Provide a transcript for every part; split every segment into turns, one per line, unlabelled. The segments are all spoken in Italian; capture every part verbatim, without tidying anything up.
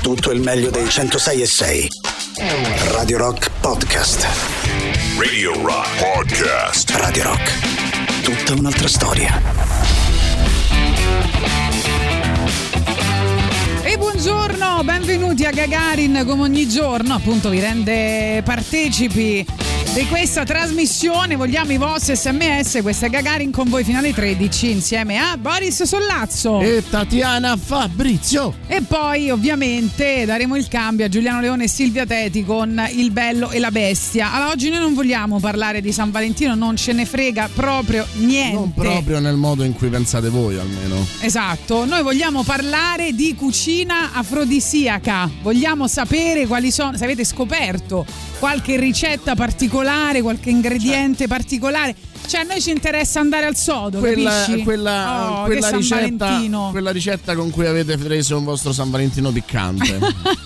tutto il meglio dei centosei e sei. Radio Rock Podcast.
Radio Rock Podcast.
Radio Rock. Tutta un'altra storia.
E buongiorno, benvenuti a Gagarin, come ogni giorno appunto vi rende partecipi di questa trasmissione. Vogliamo i vostri sms, questa è Gagarin con voi fino alle tredici insieme a Boris Sollazzo
e Tatiana Fabrizio.
E poi ovviamente daremo il cambio a Giuliano Leone e Silvia Teti con Il Bello e la Bestia. Allora, oggi noi non vogliamo parlare di San Valentino, non ce ne frega proprio niente.
Non proprio nel modo in cui pensate voi, almeno.
Esatto, noi vogliamo parlare di cucina afrodisiaca. Vogliamo sapere quali sono, se avete scoperto qualche ricetta particolare, qualche ingrediente cioè, particolare. Cioè a noi ci interessa andare al sodo,
quella,
capisci?
Quella,
oh,
quella, ricetta, quella ricetta con cui avete preso un vostro San Valentino piccante.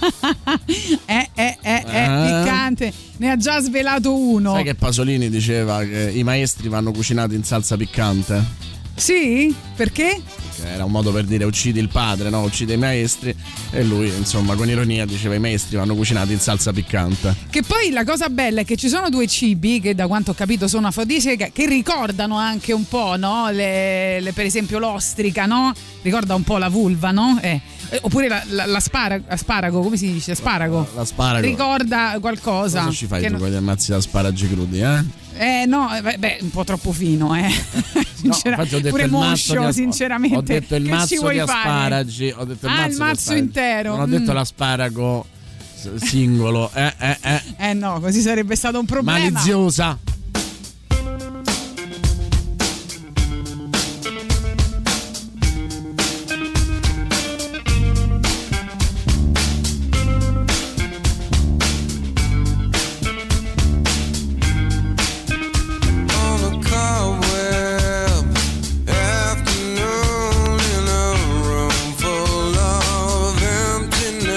eh, eh, eh, eh, piccante. Ne ha già svelato uno.
Sai che Pasolini diceva che i maestri vanno cucinati in salsa piccante?
Sì? Perché?
Era un modo per dire uccidi il padre, no? Uccide i maestri. E lui, insomma, con ironia diceva i maestri vanno cucinati in salsa piccante.
Che poi la cosa bella è che ci sono due cibi che da quanto ho capito sono afrodisiache, che ricordano anche un po', no? Le, le, per esempio l'ostrica, no? Ricorda un po' la vulva, no? Eh. Oppure la, la, l'asparago, asparago, come si dice? Asparago.
L'asparago.
Ricorda qualcosa.
Cosa ci fai
che
tu
no...
con gli ammazzi di asparagi crudi, eh?
Eh no, beh, un po' troppo fino, eh.
Sincera, no, ho detto
pure
il
moscio,
di,
sinceramente.
Ho detto il
che
mazzo di asparagi. Ho detto il
ah,
mazzo
il mazzo intero.
Non ho detto mm. l'asparago singolo. Eh, eh, eh.
eh no, così sarebbe stato un problema.
Maliziosa.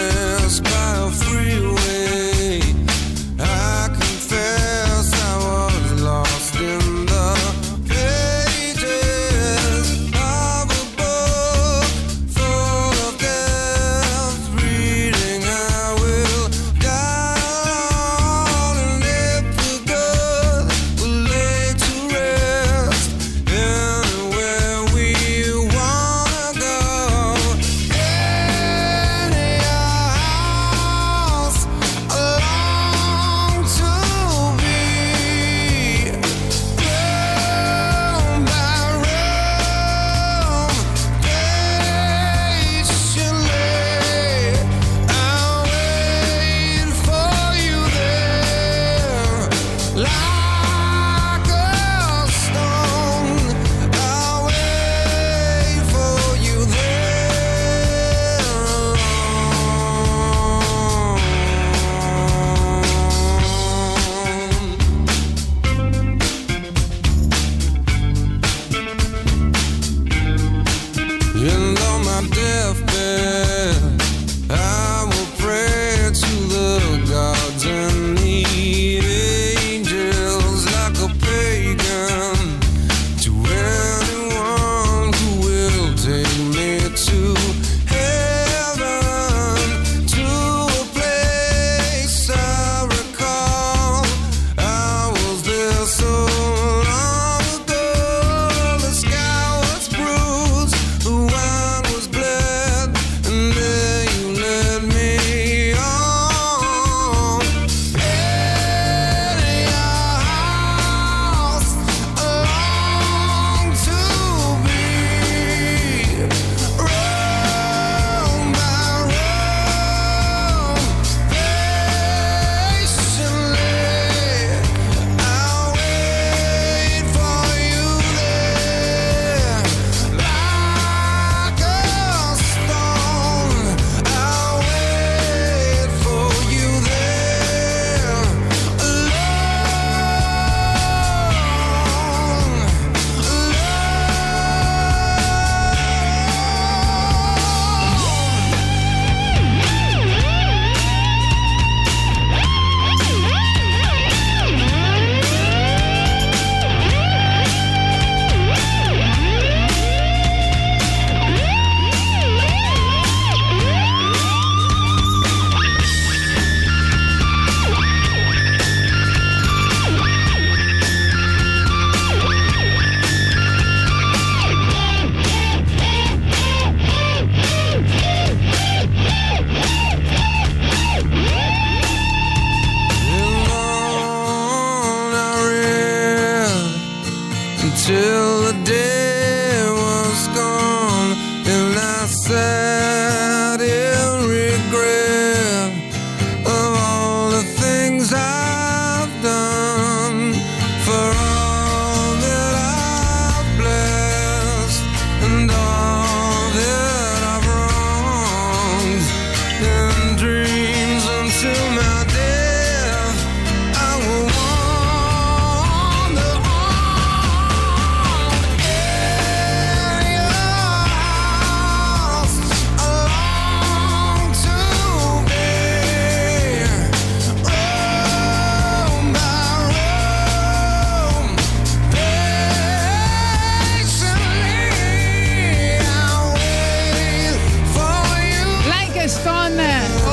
I confess I was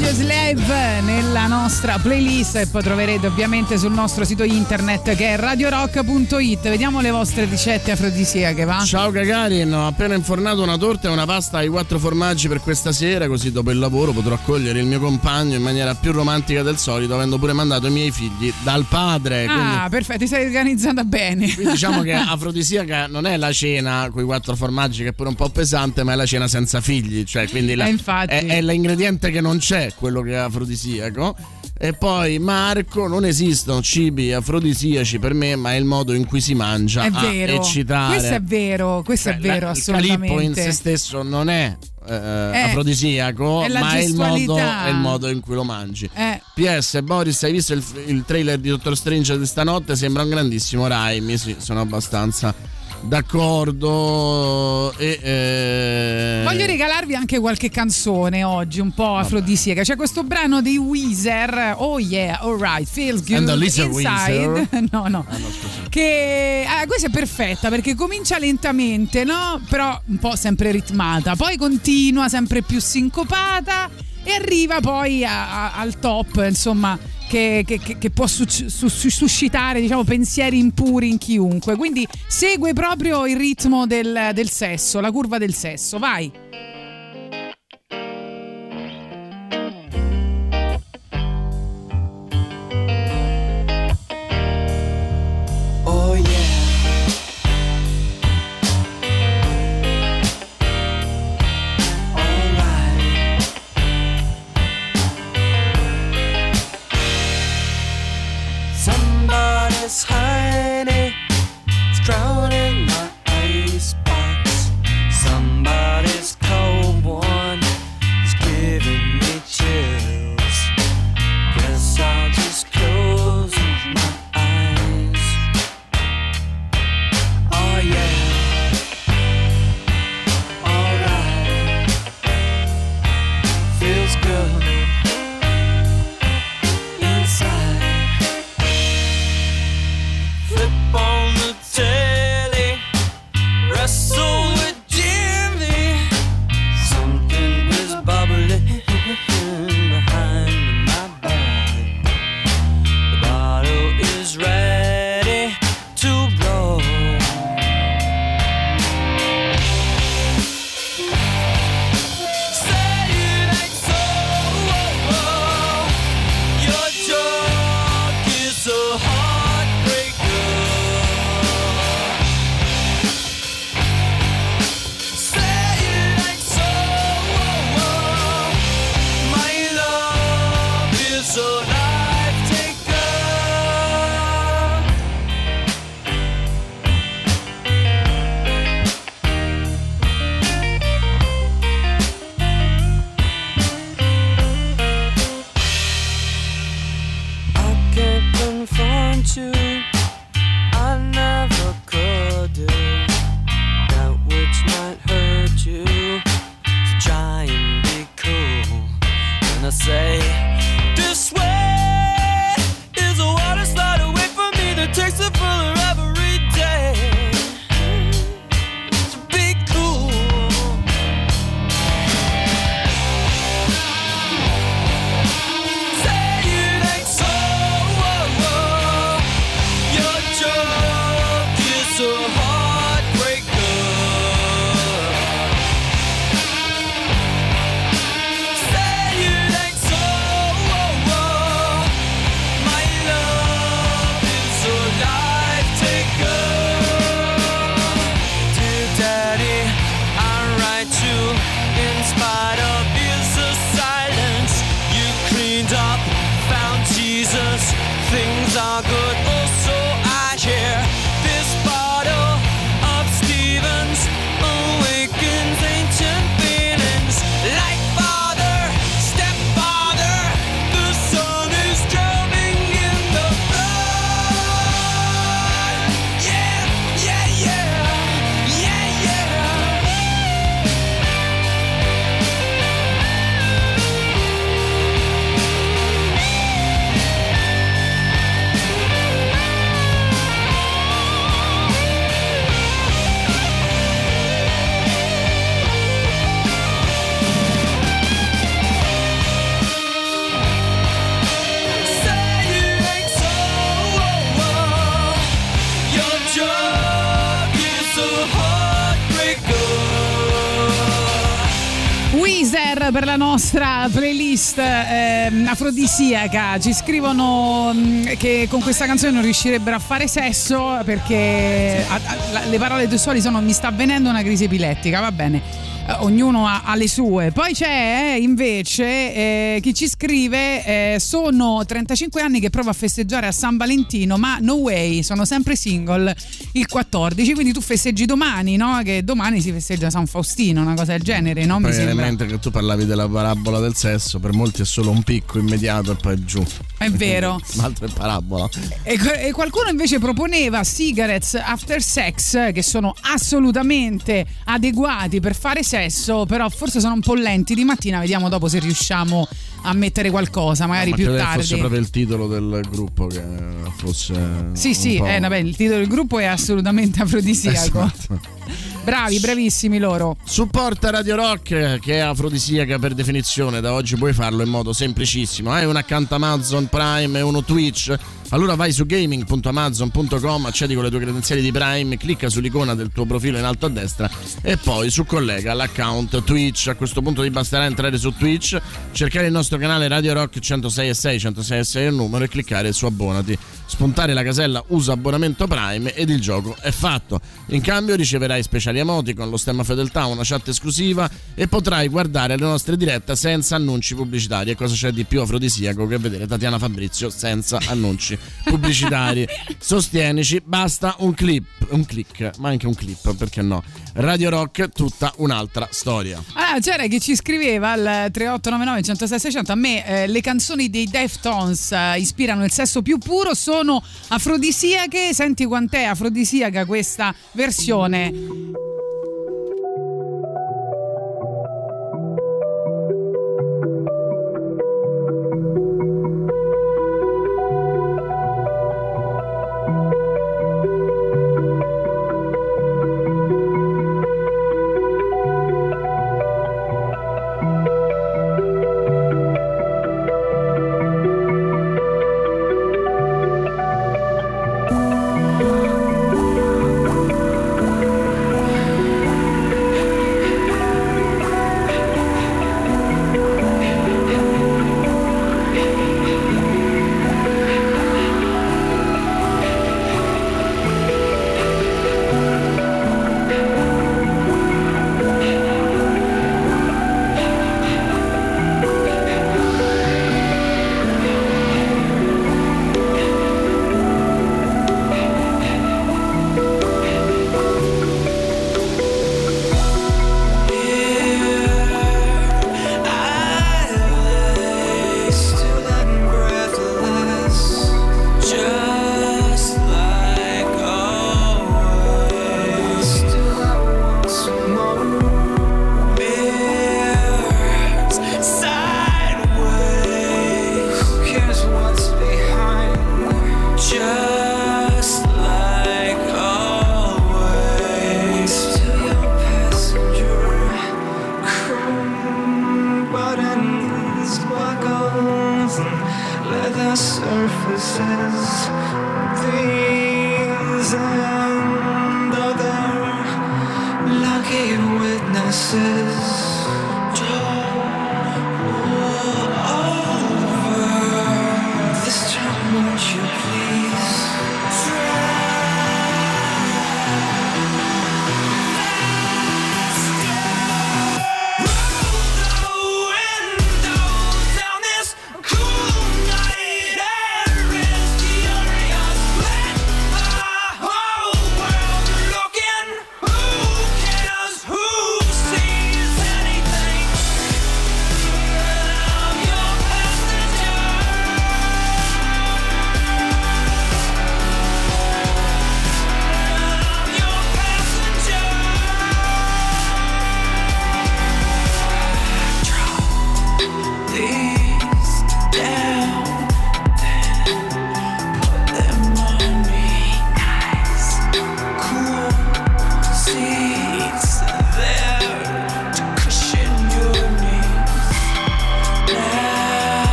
Audioslave nella nostra playlist e poi troverete ovviamente sul nostro sito internet che è radio rock punto it. Vediamo le vostre ricette afrodisiache, va?
Ciao Gagarin, ho appena infornato una torta e una pasta ai quattro formaggi per questa sera, così dopo il lavoro potrò accogliere il mio compagno in maniera più romantica del solito, avendo pure mandato i miei figli dal padre.
Ah,
quindi,
perfetto, ti sei organizzata bene.
quindi diciamo che afrodisiaca non è la cena con i quattro formaggi, che è pure un po' pesante, ma è la cena senza figli, cioè quindi la,
eh, infatti.
è, è l'ingrediente che non c'è, quello che è afrodisiaco. E poi Marco, non esistono cibi afrodisiaci per me, ma è il modo in cui si mangia
È
a
vero,
eccitare.
questo è vero, questo
Cioè,
è vero,
la,
assolutamente.
Il calippo in se stesso non è eh,
Eh,
afrodisiaco,
è la
ma è il, modo,
gestualità.
è il modo in cui lo mangi.
Eh.
P S Boris, hai visto il, il trailer di Doctor Strange di stanotte? Sembra un grandissimo Raimi, sì, sono abbastanza d'accordo. E, eh...
Voglio regalarvi anche qualche canzone oggi un po' afrodisiaca. C'è questo brano dei Weezer, Oh Yeah, Alright, Feels Good,
And the Lisa
Inside.
Weezer.
No, no.
Ah, no, scusa.
Che ah, questa è perfetta perché comincia lentamente, no? Però un po' sempre ritmata, poi continua sempre più sincopata e arriva poi a, a, al top, insomma, che, che, che può su, su, suscitare, diciamo, pensieri impuri in chiunque. Quindi segue proprio il ritmo del, del sesso, la curva del sesso. Vai.
Oh yeah. Somebody's honey is drowning my icebox. Somebody's cold one is giving me chills. Guess I'll just close my eyes. Oh yeah. Alright. Feels good inside. Flip on the telly, wrestle with Jimmy. Something is bubbling behind my back. The bottle is ready to blow. Say it ain't so. Your joke is a heartbreaker. Say it ain't so. My love is a life taker. I can't confront you, I never could do that which might hurt you. So try and be cool when I say this way is a water slide away from me that takes it fuller every day. So be cool. Say it ain't so. Your joke is a heartbreaker. Say it ain't so. My love is a life taker.
per la nostra playlist eh, afrodisiaca. Ci scrivono mh, che con questa canzone non riuscirebbero a fare sesso perché a, a, le parole testuali sono: mi sta avvenendo una crisi epilettica. Va bene. Uh, ognuno ha, ha le sue. Poi c'è eh, invece eh, chi ci scrive eh, sono trentacinque anni che provo a festeggiare a San Valentino, ma no way, sono sempre single il quattordici, quindi tu festeggi domani, no? Che domani si festeggia San Faustino, una cosa del genere, no? Mi sembra.
Mentre che tu parlavi della parabola del sesso, per molti è solo un picco immediato e poi giù.
È vero.
Un'altra è parabola.
E, e qualcuno invece proponeva cigarettes after sex, che sono assolutamente adeguati per fare sesso, però forse sono un po' lenti di mattina. Vediamo dopo se riusciamo a mettere qualcosa, magari no, ma più tardi.
Fosse proprio il titolo del gruppo che fosse.
Sì, sì, eh, vabbè, il titolo del gruppo è assolutamente afrodisiaco. Esatto. Bravi, bravissimi loro.
Supporta Radio Rock, che è afrodisiaca per definizione. Da oggi puoi farlo in modo semplicissimo. Hai un account Amazon Prime e uno Twitch? Allora vai su gaming punto amazon punto com, accedi con le tue credenziali di Prime, clicca sull'icona del tuo profilo in alto a destra e poi su collega l'account Twitch. A questo punto ti basterà entrare su Twitch, cercare il nostro canale Radio Rock centosei e sei, centosei e sei è il numero, e cliccare su abbonati, spuntare la casella usa abbonamento Prime ed il gioco è fatto. In cambio riceverai speciali emoticon, lo stemma fedeltà, una chat esclusiva e potrai guardare le nostre dirette senza annunci pubblicitari. E cosa c'è di più afrodisiaco che vedere Tatiana Fabrizio senza annunci pubblicitari? Sostienici, basta un clip, un click, ma anche un clip, perché no? Radio Rock, tutta un'altra storia.
Ah, c'era chi ci scriveva al tre otto nove nove centosei seicento: a me eh, le canzoni dei Deftones eh, ispirano il sesso più puro, sono afrodisiache. Senti quant'è afrodisiaca questa versione.
Who cares who sees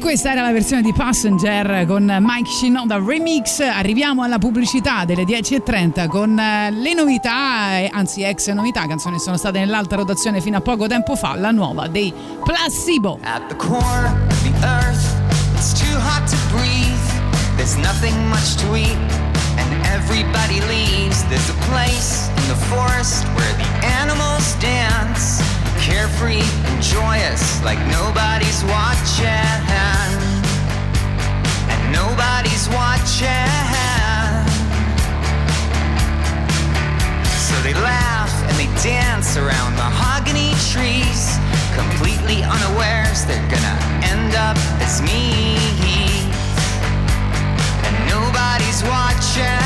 Questa era la versione di Passenger con Mike Shinoda Remix. Arriviamo alla pubblicità delle dieci e trenta con le novità, anzi ex novità, canzoni che sono state nell'alta rotazione fino a poco tempo fa, la nuova dei Placebo.
At the core of the earth, it's too hot to breathe. There's nothing much to eat, and everybody leaves. There's a place in the forest where the animals dance, carefree and joyous, like nobody's watching, and nobody's watching. So they laugh and they dance around mahogany trees, completely unawares they're gonna end up as me, and nobody's watching.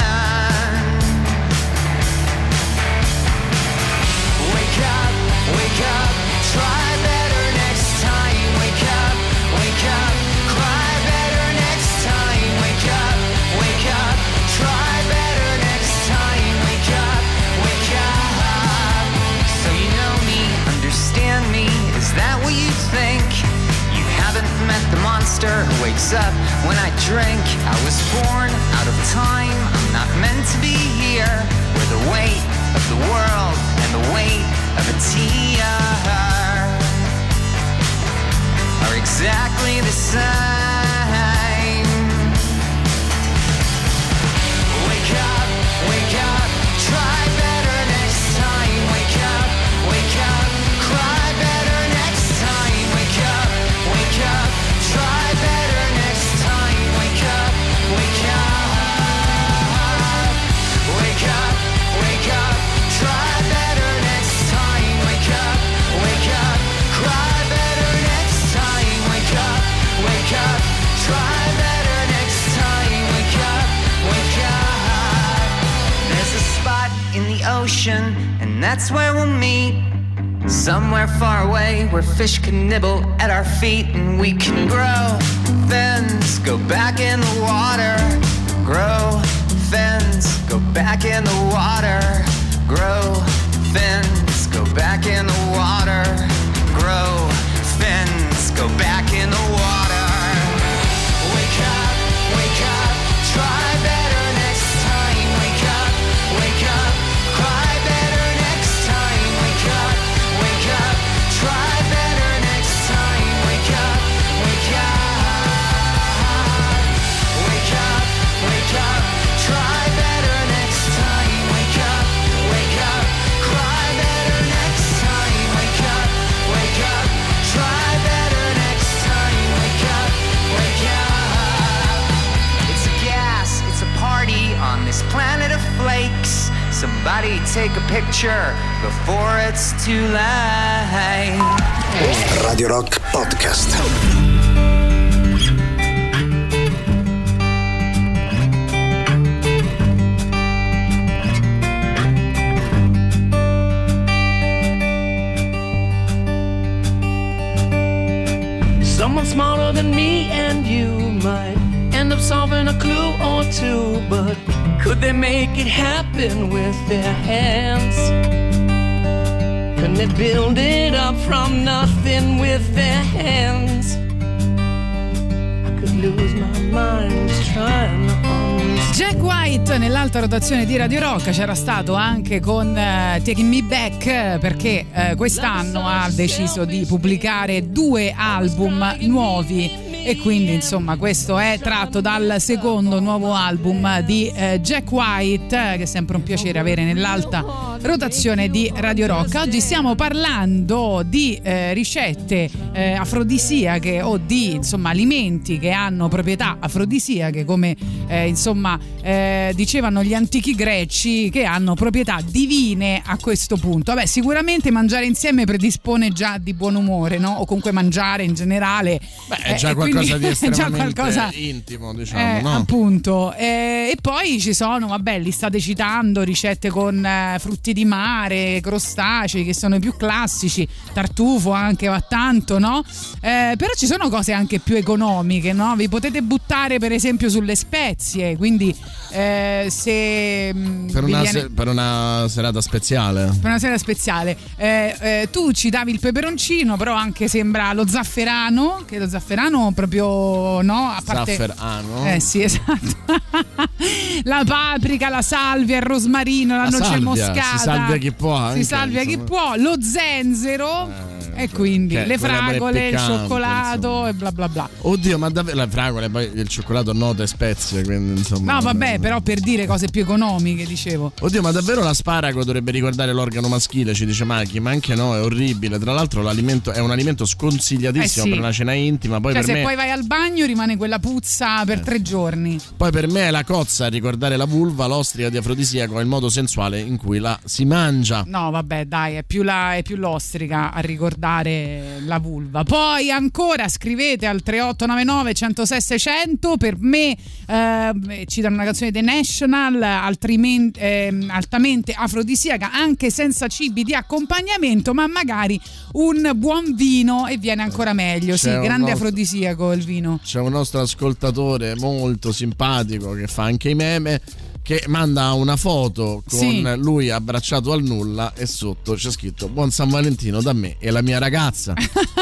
Wake up, wake up, try better next time. Wake up, wake up, cry better next time. Wake up, wake up, try better next time. Wake up, wake up. So you know me, understand me, is that what you think? You haven't met the monster who wakes up when I drink. I was born out of time, I'm not meant to be here, where the weight of the world and the weight of a tear are exactly the same. Wake up, wake up, try better next time. Wake up, wake up, cry better next time. Wake up, wake up, try better next time. Wake up, wake up, wake up, wake up, try better next time. Wake up, wake up, cry better next time. Wake up, wake up, try better next time. Wake up, wake up. There's a spot in the ocean, and that's where we'll meet. Somewhere far away where fish can nibble at our feet, and we can grow fins, go back in the water. Grow fins, go back in the water. Grow fins, go back in the water. Grow fins, go back in the water. Wake up, wake up, try better next time. Wake up, wake up, cry better next time. Wake up, wake up, try better next time. Wake up, wake up, wake up, wake up, try better next time. Wake up, wake up, cry better next time. Wake up, wake up, try better next time. Wake up, wake up. It's a gas, it's a party on this planet of flakes. Somebody take a picture before it's too late.
Radio Rock Podcast.
Someone smarter than me and you might end up solving a clue or two, but could they make it happen with their hands? Can they build it up from nothing with their hands? I could lose my mind just trying to understand.
Jack White nell'alta rotazione di Radio Rock c'era stato anche con uh, Taking Me Back, perché uh, quest'anno ha deciso di pubblicare due album nuovi e quindi insomma questo è tratto dal secondo nuovo album di uh, Jack White, che è sempre un piacere avere nell'alta rotazione di Radio Rock. Oggi stiamo parlando di eh, ricette eh, afrodisiache o di insomma alimenti che hanno proprietà afrodisiache, come eh, insomma eh, dicevano gli antichi greci, che hanno proprietà divine a questo punto. Vabbè, sicuramente mangiare insieme predispone già di buon umore, no? O comunque mangiare in generale.
Beh, è già
eh,
qualcosa di
è già
estremamente
qualcosa,
intimo, diciamo,
eh,
no?
Appunto. Eh, e poi ci sono, vabbè, li state citando, ricette con eh, frutti di mare, crostacei, che sono i più classici, tartufo anche va tanto, no? Eh, però ci sono cose anche più economiche, no? Vi potete buttare per esempio sulle spezie, quindi eh, se
per una,
viene...
se, per una serata speziale
per una serata speziale eh, eh, tu ci davi il peperoncino, però anche sembra lo zafferano, che lo zafferano proprio, no? A parte
Zafferano.
Eh sì, esatto. La paprika, la salvia, il rosmarino, la,
La
noce
salvia,
moscata.
si salvia chi può anche,
Si salvia chi
insomma.
può, lo zenzero
Eh,
e quindi
che-
le
quella pure
fragole, il
piccante,
cioccolato
insomma.
e bla bla bla.
Oddio, ma davvero la fragole, poi il cioccolato note e spezie, quindi insomma.
No, vabbè, però per dire cose più economiche, dicevo.
Oddio, ma davvero l'asparago dovrebbe ricordare l'organo maschile, ci dice Maghi, ma anche no, è orribile. Tra l'altro l'alimento è un alimento sconsigliatissimo
Eh sì.
per una cena intima, poi
Cioè,
per
se
me
poi vai al bagno rimane quella puzza per tre giorni.
poi per me è la cozza a ricordare la vulva, l'ostrica di afrodisiaco, è il modo sensuale in cui la si mangia.
No, vabbè, dai, è più, la, è più l'ostrica a ricordare la vulva. Poi ancora scrivete al tre otto nove nove uno zero sei sei zero zero. Per me eh, ci danno una canzone The National, altrimenti, eh, altamente afrodisiaca, anche senza cibi di accompagnamento, ma magari un buon vino e viene ancora meglio.
C'è
Sì,
un
grande
nostro-
afrodisiaco il vino.
C'è un nostro ascoltatore molto simpatico che fa anche i meme, che manda una foto con
Sì.
lui abbracciato al nulla e sotto c'è scritto buon San Valentino da me e la mia ragazza.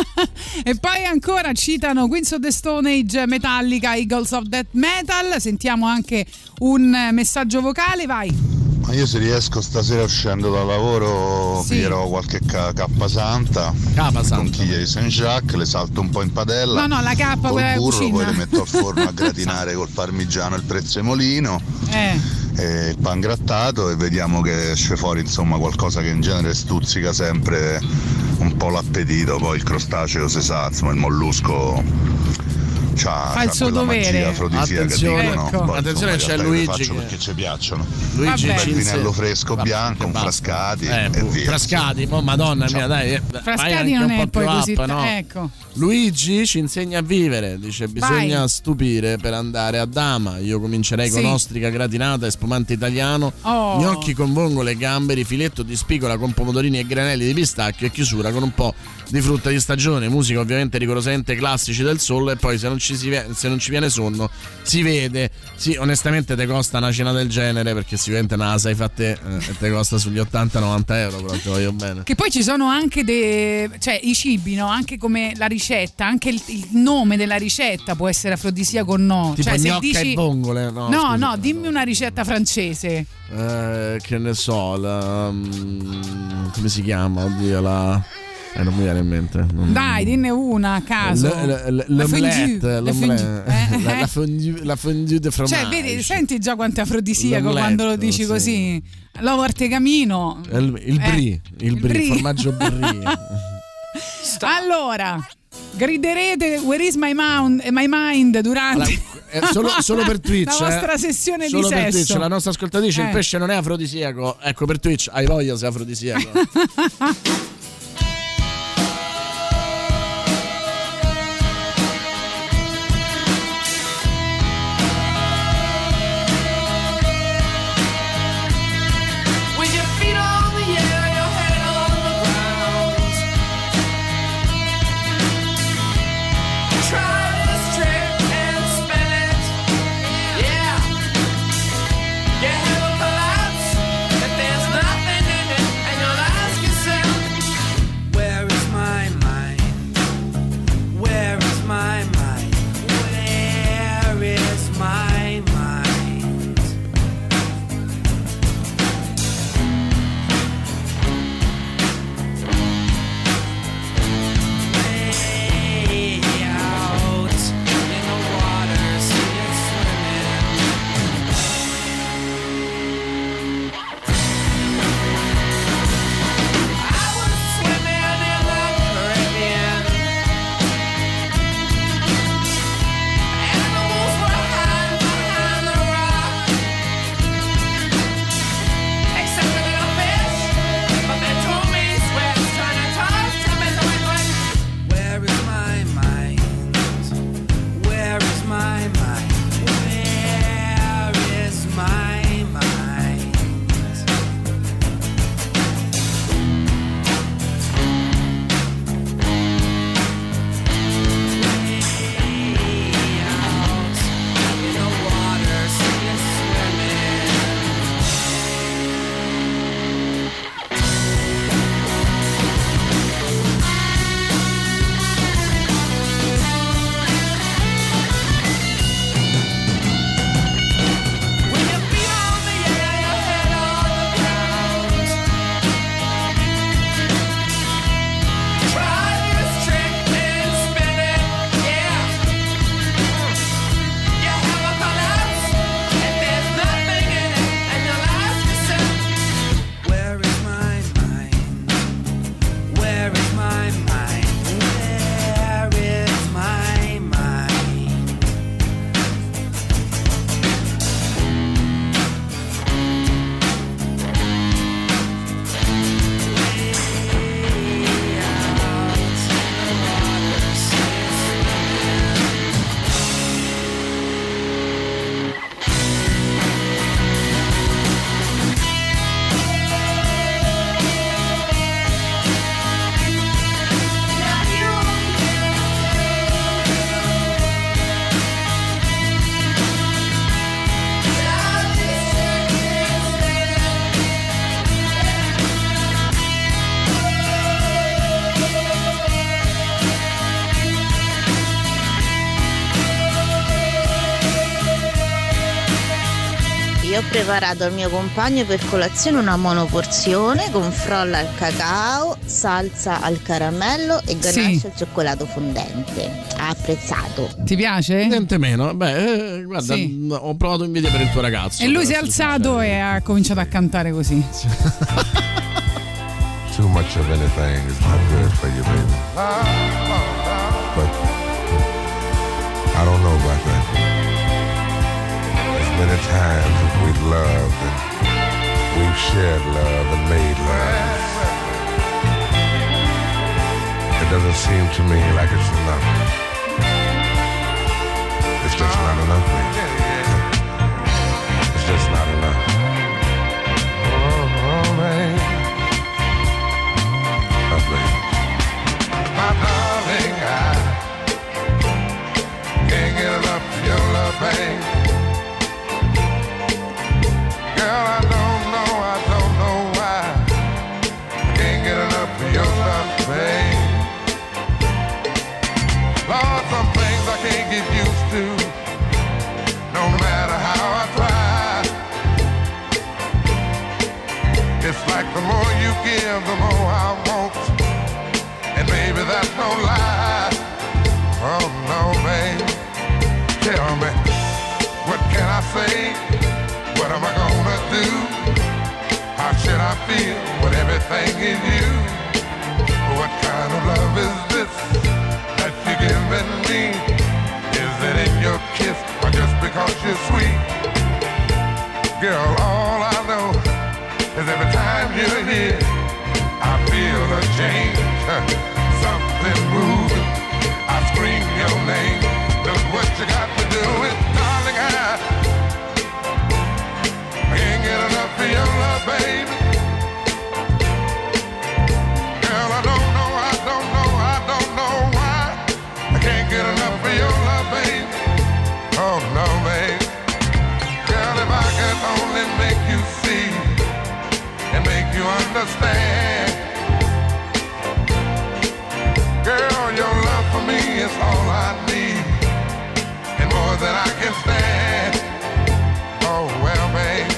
E poi ancora citano Queens of the Stone Age, Metallica, Eagles of Death Metal. Sentiamo anche un messaggio vocale, vai.
Ma io se riesco stasera uscendo dal lavoro
Sì.
piglierò qualche ca- cappa santa,
Capa Santa.
conchiglie di Saint-Jacques, le salto un po' in padella.
No, no, la K,
col
quella
burro,
cucina.
poi le metto al forno a gratinare col parmigiano e il prezzemolino
Eh.
e il pan grattato e vediamo che esce fuori insomma qualcosa che in genere stuzzica sempre un po' l'appetito. Poi il crostaceo si sa, insomma il mollusco c'ha,
Fa il
c'ha
suo
quella
dovere.
magia afrodisiaca,
Attenzione,
dicono.
ecco.
Poi,
Attenzione,
insomma,
c'è
in realtà io le
Luigi
faccio
che-
perché ci piacciono.
Luigi
Vabbè.
ci
Bel
inse-
vinello fresco
Vabbè,
bianco,
che
un
basta.
frascati
Eh,
e
pu-
via.
frascati, mo madonna mia, dai. eh, vai
Frascati
anche
non
un
è
po'
poi
più
così.
up, no?
Ecco.
Luigi ci insegna a vivere, dice bisogna
Vai.
stupire per andare a dama. Io comincerei con
Sì.
ostrica gratinata e spumante italiano,
Oh.
gnocchi con vongole e gamberi, filetto di spigola con pomodorini e granelli di pistacchio e chiusura con un po' di frutta di stagione, musica ovviamente rigorosamente classici del soul e poi se non ci, si, ve- se non ci viene sonno si vede. Sì, onestamente te costa una cena del genere perché sicuramente non la sai fatte eh, e te costa sugli ottanta novanta euro, però te voglio bene.
Che poi ci sono anche dei, cioè i cibi, no? Anche come la ricetta, anche il, il nome della ricetta può essere afrodisiaco o no.
Tipo
cioè, se
gnocca
dici
e vongole, no?
No,
scusa.
no, dimmi una ricetta francese.
Eh, che ne so, la, mm, come si chiama? Oddio, la. Eh, non mi viene in mente. Non-
Dai, dinne una a caso.
Le- le- le-
La fondue,
L'omelette,
la
l'omelette,
fondue, eh,
la,
eh.
la fondue, la fondue de fromage.
Cioè, vedi, senti già quanto è afrodisiaco
L'omelette,
quando lo dici
sì.
così. L'uovo artegamino.
Il, il
Eh,
brie, il,
il
brie,
brie.
formaggio brie.
Allora, griderete Where is my, mound, my mind durante
Eh, solo, solo per Twitch.
la vostra
eh.
sessione
Solo
di
per
sesso.
Twitch, la nostra ascoltatrice,
Eh.
il pesce non è afrodisiaco. Ecco, per Twitch hai voglia se è afrodisiaco.
With your feet on the air, your head on the ground. Try this trick and spin it. Yeah. Your head will collapse if there's nothing in it, and you'll ask yourself,
Io ho preparato al mio compagno per colazione una monoporzione con frolla al cacao, salsa al caramello e ganache
Sì.
al cioccolato fondente. Ha apprezzato.
Ti piace?
Niente meno. Beh, eh, guarda,
Sì.
mh, ho provato invidia per il tuo ragazzo.
E lui
per
si è
essere
alzato
sincero.
e ha cominciato a cantare così.
Too much of anything is not good for you, baby. But I don't know about that. As many times as we've loved and we've shared love and made love, it doesn't seem to me like it's enough. It's just not enough, baby. It's just not enough. Oh, oh man. My darling, I can't get enough of your love, babe. Girl, I don't know, I don't know why I can't get enough of your love, babe. Lord, some things I can't get used to, no matter how I try. It's like the more you give, the more I want. And baby, that's no lie. Oh no, babe. Tell me, what can I say? What am I gonna do? How should I feel with everything in you? What kind of love is this that you're giving me? Is it in your kiss or just because you're sweet? Girl, all I know is every time you're here, I feel a change. Something moving, I scream your name. Look what you got to do it, darling. I, I can't get enough of your love, baby. Girl, I don't know, I don't know, I don't know why I can't get enough of your love, baby. Oh no, babe. Girl, if I could only make you see and make you understand. Girl, your love for me is all I need, and more than I can stand. Oh, well, babe,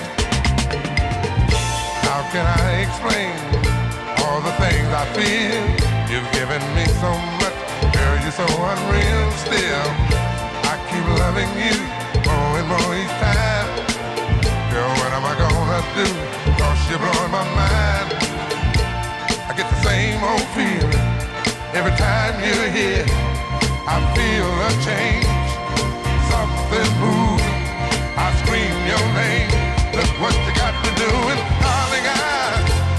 how can I explain all the things I feel? You've given me so much, girl, you're so unreal still. I keep loving you more and more each time. Girl, what am I gonna do? Cause you're blowing my mind. I get the same old feeling every time you're here. I feel a change, something moving. I scream your name. Look what you got to do, and darling, I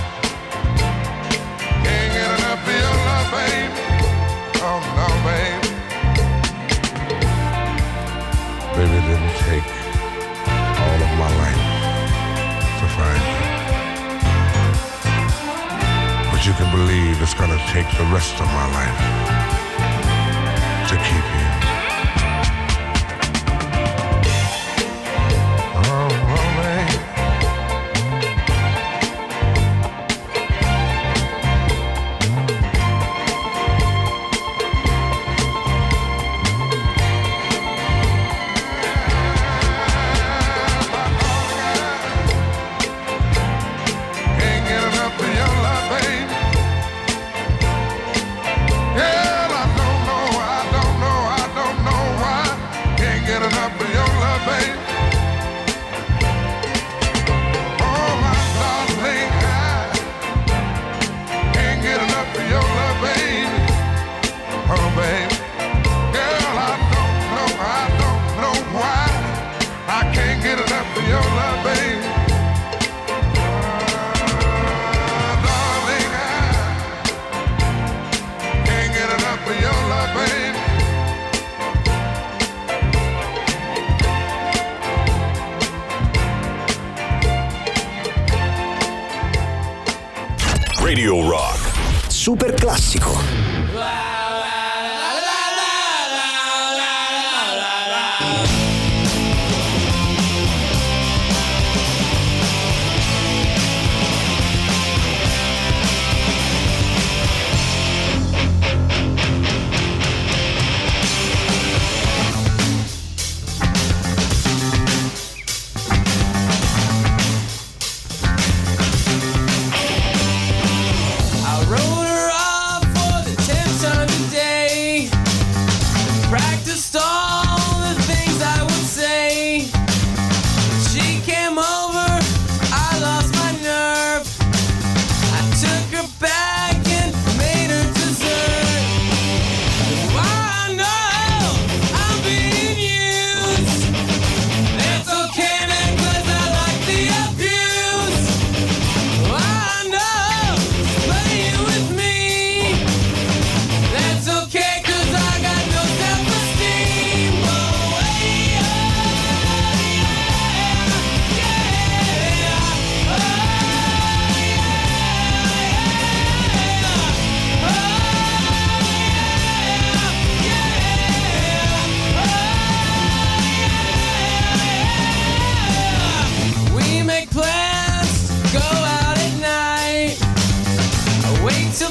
can't get enough of your love, babe. Oh no, babe. Baby, it didn't take all of my life to find you. But you can believe it's gonna take the rest of my life to keep you. Oh, oh, babe. Can't get enough of your love, babe. Girl, I don't know, I don't know, I don't know why. Can't get enough of your love, babe. Oh, my darling, I can't get enough of your love, babe. Oh, babe. Girl, I don't know, I don't know why. I can't get enough of your love, babe. Oh, darling, I can't get enough of your love, babe.
Radio Rock.
Super classico.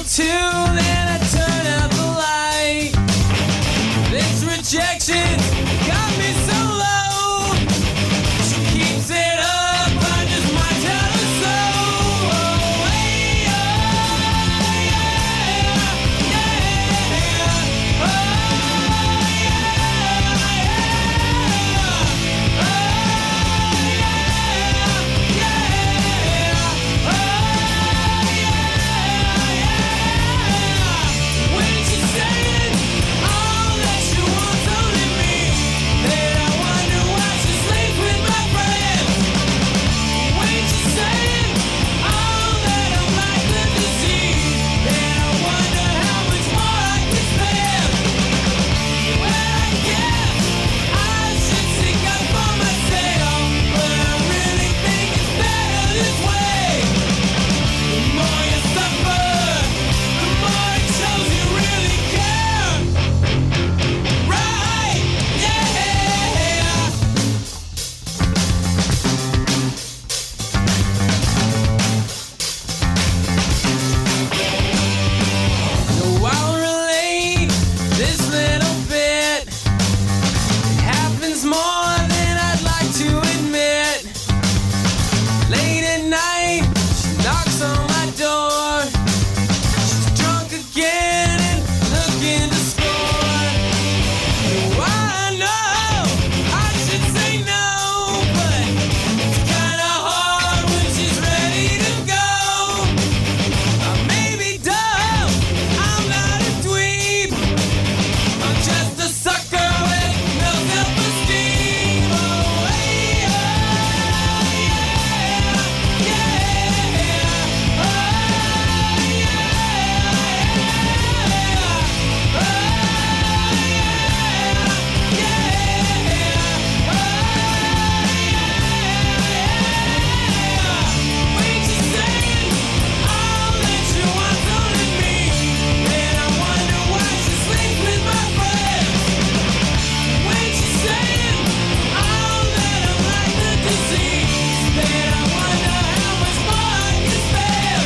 two, then I turn out the light. This rejection got me so low. She keeps it up, I just might tell her so. Oh, hey, oh, yeah, yeah, oh, when she's saying all that she wants only me, then I wonder why she sleeps with my friends. When she's saying all that I'm like the disease, then I wonder how much more I can spend. Well, I guess I should seek out for myself, but I really think it's better this way. The more you suffer, the more it shows you really care. Right, yeah. So I'll relate this little bit. It happens more than I'd like to admit. Late at night, she knocks on my door. She's drunk again and looking to score. Oh, I know I should say no, but it's kinda hard when she's ready to go. I may be dumb, I'm not a dweeb. I'm just a sucker with no self-esteem. Oh, hey, oh, yeah, yeah, oh, yeah, when she's saying all that she wants only me, then I wonder why she sleeps with my friends. When she's saying all that I'm like the disease, then I wonder how much more I can spend.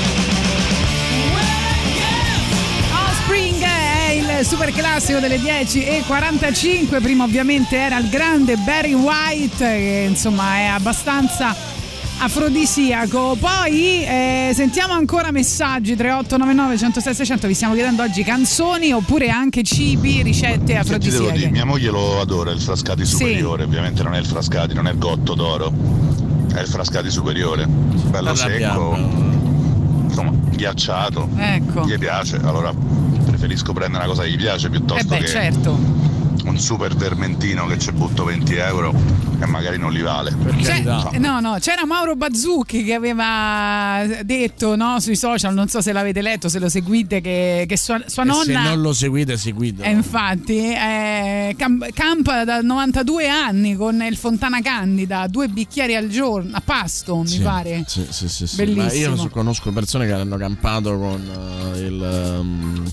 Well, I guess
Offspring è il super classico delle dieci e quarantacinque. Prima ovviamente era il grande Barry White, che insomma è abbastanza afrodisiaco. Poi eh, sentiamo ancora messaggi tre otto nove nove uno zero sei sei zero zero. Vi stiamo chiedendo oggi canzoni oppure anche cibi, ricette
Senti, devo dire,
afrodisiache.
mia moglie lo adora il Frascati
Sì.
superiore, ovviamente non è il Frascati, non è il Gotto d'oro, è il Frascati superiore, bello
Arrabbiato.
secco, insomma, ghiacciato,
Ecco.
gli piace, allora preferisco prendere una cosa che gli piace
Eh
piuttosto
beh,
che
certo.
un super vermentino che ci butto venti euro e magari non li vale.
C'è- no, no, c'era Mauro Bazzucchi che aveva detto, no, sui social, non so se l'avete letto, se lo seguite, che, che sua, sua
E
nonna.
se non lo seguite, seguite.
Eh, infatti, eh, cam- campa da novantadue anni con il Fontana Candida, due bicchieri al giorno, a pasto, mi
Sì,
pare.
Sì, sì, sì, sì.
Bellissimo.
Ma io so- conosco persone che hanno campato con eh, il, um,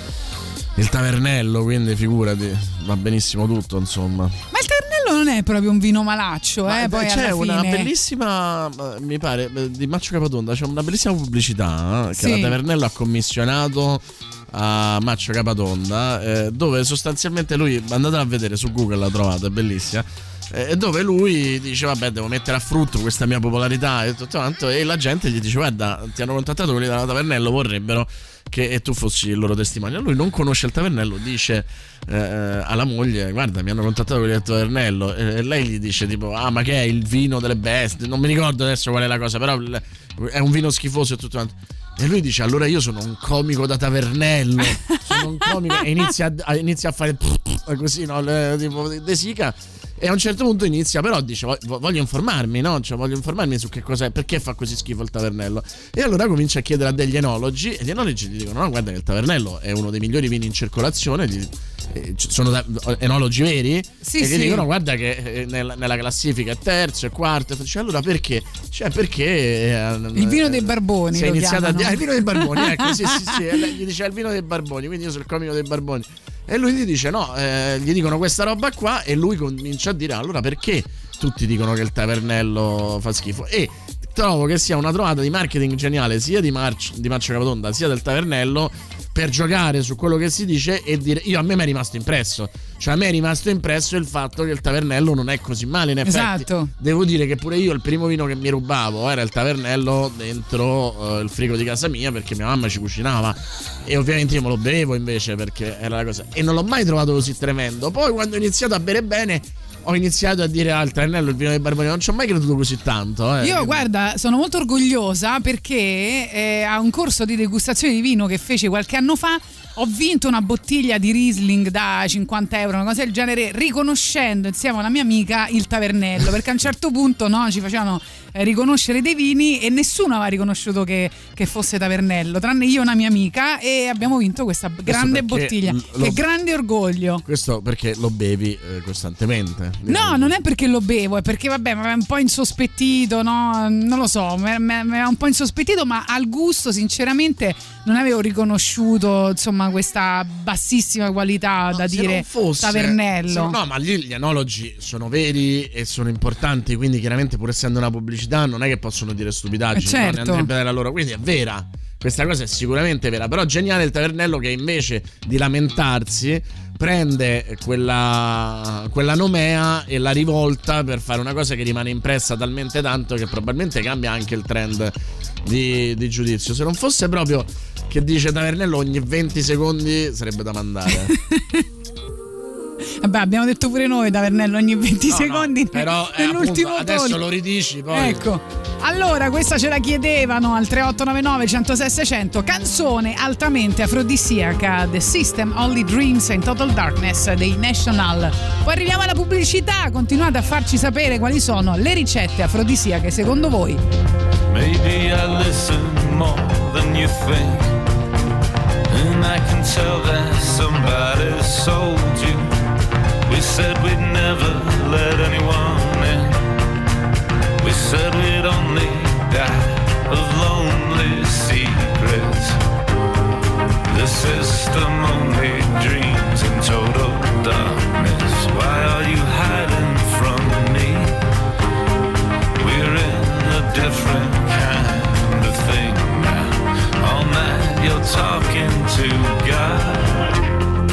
il tavernello, quindi figurati, va benissimo tutto, insomma.
Ma il tavernello non è proprio un vino malaccio,
Ma,
eh, poi
c'è
alla
una
fine.
bellissima, eh, mi pare, eh, di Maccio Capatonda, c'è una bellissima pubblicità eh, che
Sì.
la Tavernello ha commissionato a Maccio Capatonda, eh, dove sostanzialmente lui, andatela a vedere su Google, la trovate, è bellissima, eh, dove lui dice vabbè, devo mettere a frutto questa mia popolarità e tutto quanto, e la gente gli dice guarda, ti hanno contattato quelli della Tavernello, vorrebbero che tu fossi il loro testimone. Lui non conosce il Tavernello, dice eh, alla moglie guarda, mi hanno contattato quelli del Tavernello, e lei gli dice tipo ah, ma che è il vino delle bestie, non mi ricordo adesso qual è la cosa, però è un vino schifoso e tutto quanto. E lui dice allora io sono un comico da Tavernello, sono un comico, e inizia a, inizia a fare così, no, le, tipo desica. E a un certo punto inizia, però dice voglio informarmi, no? Cioè, voglio informarmi su che cos'è, perché fa così schifo il Tavernello. E allora comincia a chiedere a degli enologi, e gli enologi gli dicono no, guarda che il Tavernello è uno dei migliori vini in circolazione, gli, eh, sono da, enologi veri,
Sì,
e gli
sì.
dicono guarda che eh, nella, nella classifica è terzo, è quarto, cioè, allora perché? Cioè perché eh,
Il vino dei barboni.
si è
lo
iniziato a
chiamano.
dire ah, il vino dei barboni, ecco, sì, sì, sì, e lei gli dice il vino dei barboni, quindi io sono il comico dei barboni. E lui gli dice no, eh, gli dicono questa roba qua, e lui comincia a dire allora perché tutti dicono che il Tavernello fa schifo, e trovo che sia una trovata di marketing geniale sia di, Marcio, di Marcio Capatonda sia del Tavernello, per giocare su quello che si dice e dire, io a me mi è rimasto impresso, cioè a me è rimasto impresso il fatto che il Tavernello non è così male, in effetti.
Esatto.
Devo dire che pure io il primo vino che mi rubavo era il Tavernello dentro uh, il frigo di casa mia, perché mia mamma ci cucinava e ovviamente io me lo bevevo invece, perché era la cosa, e non l'ho mai trovato così tremendo. Poi quando ho iniziato a bere bene ho iniziato a dire al Tavernello il vino dei Barboni, non ci ho mai creduto così tanto. Eh.
Io guarda, sono molto orgogliosa perché eh, a un corso di degustazione di vino che feci qualche anno fa ho vinto una bottiglia di Riesling da cinquanta euro, una cosa del genere, riconoscendo insieme a una mia amica il Tavernello, perché a un certo punto no, ci facevano eh, riconoscere dei vini e nessuno aveva riconosciuto che, che fosse Tavernello, tranne io e una mia amica, e abbiamo vinto questa grande bottiglia. Lo, che grande orgoglio.
Questo perché lo bevi eh, costantemente.
No, non è perché lo bevo, è perché vabbè, mi aveva un po' insospettito, no? Non lo so, mi aveva un po' insospettito, ma al gusto sinceramente non avevo riconosciuto, insomma, questa bassissima qualità no, da dire fosse, Tavernello.
Se, no, ma lì gli enologi sono veri e sono importanti, quindi chiaramente pur essendo una pubblicità non è che possono dire stupidaggini,
certo.
No? Ne andrebbe dalla loro, quindi è vera. Questa cosa è sicuramente vera, però geniale il Tavernello che invece di lamentarsi prende quella, quella nomea e la rivolta per fare una cosa che rimane impressa talmente tanto che probabilmente cambia anche il trend di, di giudizio. Se non fosse proprio che dice Tavernello ogni venti secondi sarebbe da mandare.
Vabbè, abbiamo detto pure noi Tavernello ogni venti
no,
secondi
no, però eh,
nell'ultimo
appunto, adesso
tono.
Lo ridici poi.
Ecco, allora questa ce la chiedevano al tre otto nove nove, uno zero sei, sei zero zero, canzone altamente afrodisiaca, The System, Only Dreams in Total Darkness dei National. Poi arriviamo alla pubblicità, continuate a farci sapere quali sono le ricette afrodisiache secondo voi.
Maybe I listen more than you think, and I can tell that somebody sold you. We said we'd never let anyone in. We said we'd only die of lonely secrets. The system only dreams in total darkness. Why are you hiding from me? We're in a different kind of thing now. All night you're talking to God.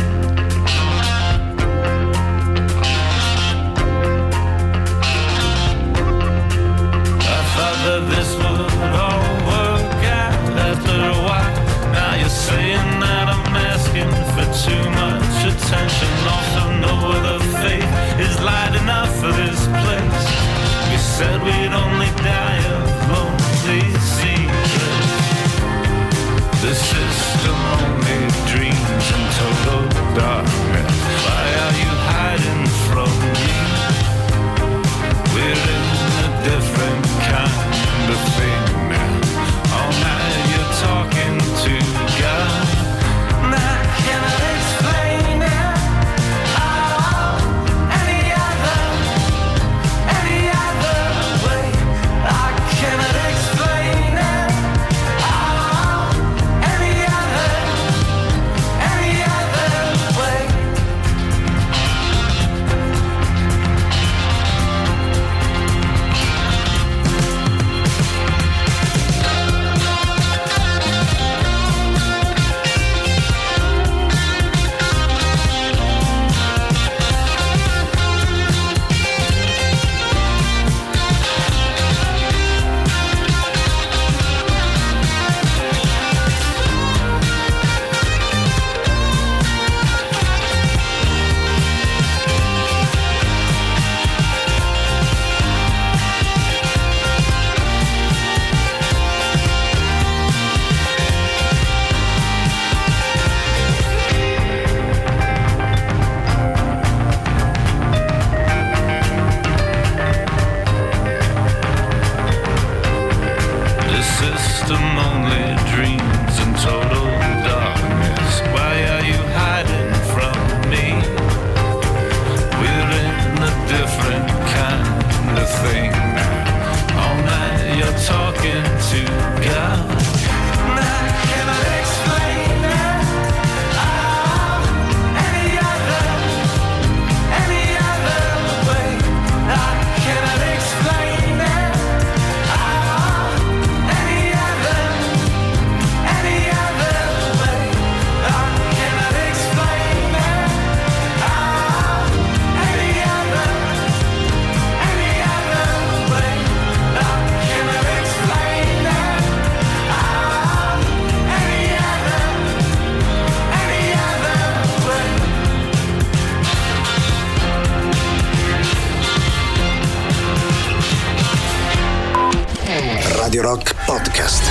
That this would all work out after a while. Now you're saying that I'm asking for too much attention. Also know whether faith is light enough for this place. We said we'd only die of lonely secrets. The system only dreams in total darkness. Why are you hiding from me? We're in a different kind of thing now. All night you're talking to God. And I cannot explain it oh, any other, any other way. I cannot explain it oh, any other, any other way. Oh
Radio Rock Podcast.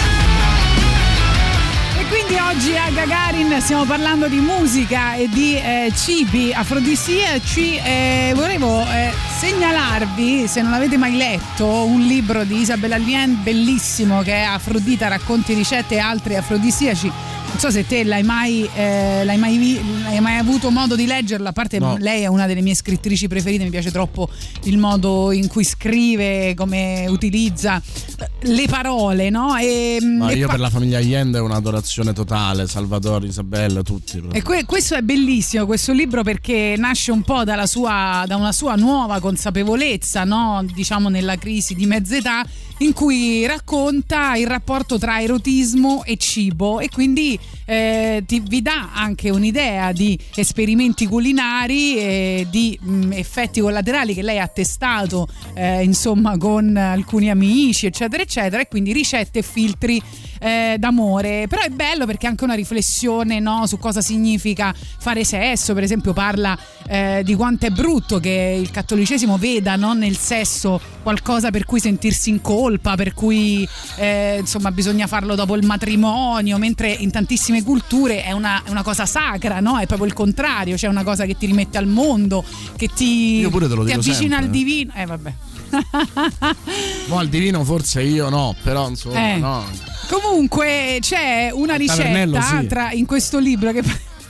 E quindi oggi a Gagarin stiamo parlando di musica e di eh, cibi afrodisiaci. Eh, volevo eh, segnalarvi, se non l'avete mai letto, un libro di Isabella Allien bellissimo che è Afrodita, racconti, ricette e altri afrodisiaci. Non so se te l'hai mai, eh, l'hai mai, vi- l'hai mai avuto modo di leggerlo. A parte
no.
Lei è una delle mie scrittrici preferite, mi piace troppo il modo in cui scrive, come utilizza le parole, no? E,
no,
e
io
qua-
per la famiglia Allende è un'adorazione totale, Salvatore, Isabella, tutti.
E que- questo è bellissimo, questo libro, perché nasce un po' dalla sua, da una sua nuova consapevolezza, no? Diciamo nella crisi di mezz'età, in cui racconta il rapporto tra erotismo e cibo, e quindi eh, ti, vi dà anche un'idea di esperimenti culinari e di mh, effetti collaterali che lei ha testato eh, insomma con alcuni amici eccetera eccetera, e quindi ricette e filtri eh, d'amore. Però è bello perché è anche una riflessione, no, su cosa significa fare sesso. Per esempio parla eh, di quanto è brutto che il cattolicesimo veda, no, nel sesso qualcosa per cui sentirsi in colpa, per cui eh, insomma bisogna farlo dopo il matrimonio, mentre in tantissime culture è una, è una cosa sacra, no? È proprio il contrario, cioè una cosa che ti rimette al mondo, che ti,
io pure te lo
ti
dico
avvicina
sempre.
al divino. Eh vabbè.
No, al divino forse io no, però insomma
Eh.
no.
Comunque c'è una
Al tavernello,
ricetta
sì.
tra, in questo libro che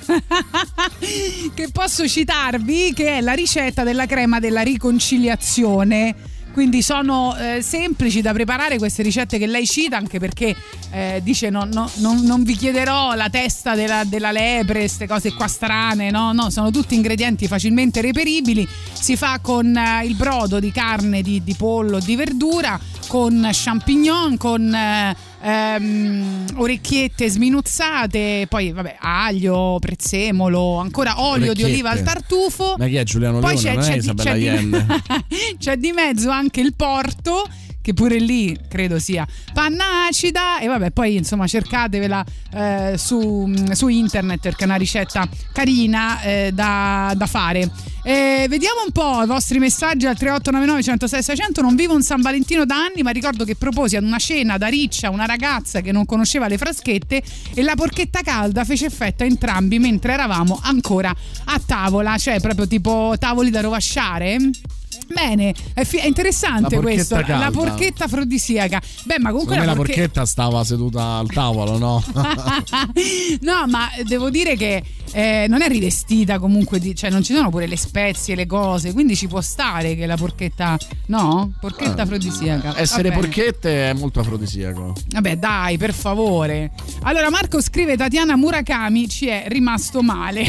che posso citarvi, che è la ricetta della crema della riconciliazione. Quindi sono eh, semplici da preparare queste ricette che lei cita, anche perché eh, dice no, no, non, non vi chiederò la testa della, della lepre, queste cose qua strane, no, no, sono tutti ingredienti facilmente reperibili. Si fa con eh, il brodo di carne, di, di pollo, di verdura, con champignon, con eh, ehm, orecchiette sminuzzate, poi vabbè aglio, prezzemolo, ancora olio di
Orecchiette.
oliva al tartufo.
Ma chi è Giuliano
Poi
Leone?
c'è,
Non
c'è
è
di-
Isabella
c'è di-
Allende.
c'è di mezzo anche il porto, che pure lì credo sia panna acida, e vabbè poi insomma cercatevela eh, su, su internet perché è una ricetta carina eh, da, da fare. Eh, vediamo un po' i vostri messaggi al tre otto nove nove uno zero sei sei zero zero. Non vivo un San Valentino da anni, ma ricordo che proposi ad una cena da riccia una ragazza che non conosceva le fraschette e la porchetta calda fece effetto a entrambi mentre eravamo ancora a tavola, cioè proprio tipo tavoli da rovasciare. Bene, è, fi- è interessante
La porchetta
questo,
calda.
la porchetta afrodisiaca. Beh, ma comunque
Secondo me la
porche-
porchetta stava seduta al tavolo, no?
No, ma devo dire che eh, non è rivestita comunque di, cioè non ci sono pure le spezie, le cose, quindi ci può stare che la porchetta, no? Porchetta afrodisiaca.
Essere
Va bene.
porchette è molto afrodisiaco.
Vabbè, dai, per favore. Allora, Marco scrive: Tatiana Murakami ci è rimasto male.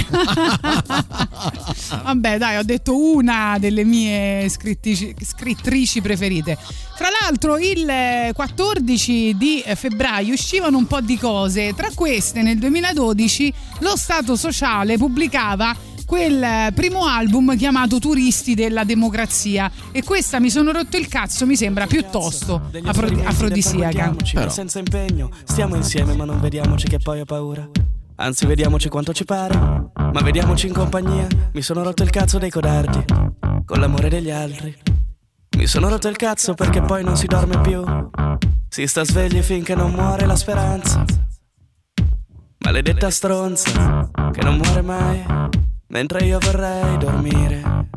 Vabbè, dai, ho detto una delle mie scrittrici, scrittrici preferite. Fra l'altro, il quattordici di febbraio uscivano un po' di cose. Tra queste, nel duemiladodici, lo Stato Sociale pubblicava quel primo album chiamato Turisti della Democrazia, e questa Mi sono rotto il cazzo mi sembra piuttosto afro- afrodisiaca.
Però senza impegno stiamo insieme, ma non vediamoci che poi ho paura. Anzi, vediamoci quanto ci pare, ma vediamoci in compagnia. Mi sono rotto il cazzo dei codardi con l'amore degli altri. Mi sono rotto il cazzo perché poi non si dorme più. Si sta svegli finché non muore la speranza. Maledetta stronza che non muore mai, mentre io vorrei dormire.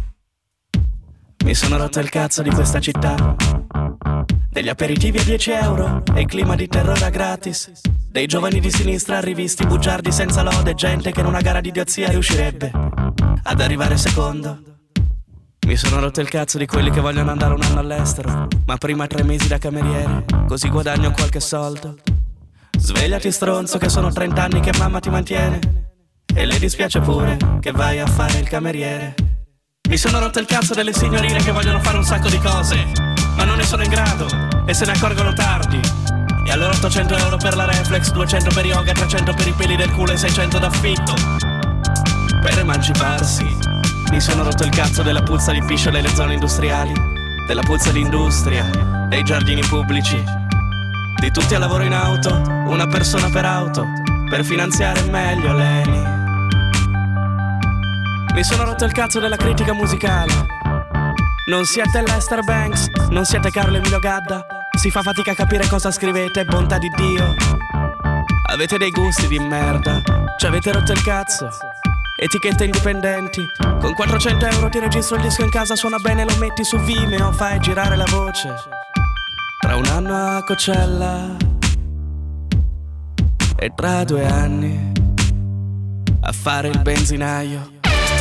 Mi sono rotto il cazzo di questa città, degli aperitivi a dieci euro e il clima di terrore a gratis, dei giovani di sinistra rivisti bugiardi senza lode, gente che in una gara di idiozia riuscirebbe ad arrivare secondo. Mi sono rotto il cazzo di quelli che vogliono andare un anno all'estero, ma prima tre mesi da cameriere, così guadagno qualche soldo. Svegliati stronzo che sono trent'anni che mamma ti mantiene, e le dispiace pure che vai a fare il cameriere. Mi sono rotto il cazzo delle signorine che vogliono fare un sacco di cose, ma non ne sono in grado e se ne accorgono tardi. E allora ottocento euro per la reflex, duecento per yoga, trecento per i peli del culo e seicento d'affitto per emanciparsi. Mi sono rotto il cazzo della puzza di piscio nelle zone industriali, della puzza di industria, dei giardini pubblici, di tutti a lavoro in auto, una persona per auto, per finanziare meglio l'Eni. Mi sono rotto il cazzo della critica musicale. Non siete Lester Banks, non siete Carlo Emilio Gadda, Si fa fatica a capire cosa scrivete, bontà di Dio. Avete dei gusti di merda, ci avete rotto il cazzo. Etichette indipendenti, con quattrocento euro ti registro il disco in casa, suona bene, lo metti su Vimeo, fai girare la voce. Tra un anno a Coachella e tra due anni a fare il benzinaio.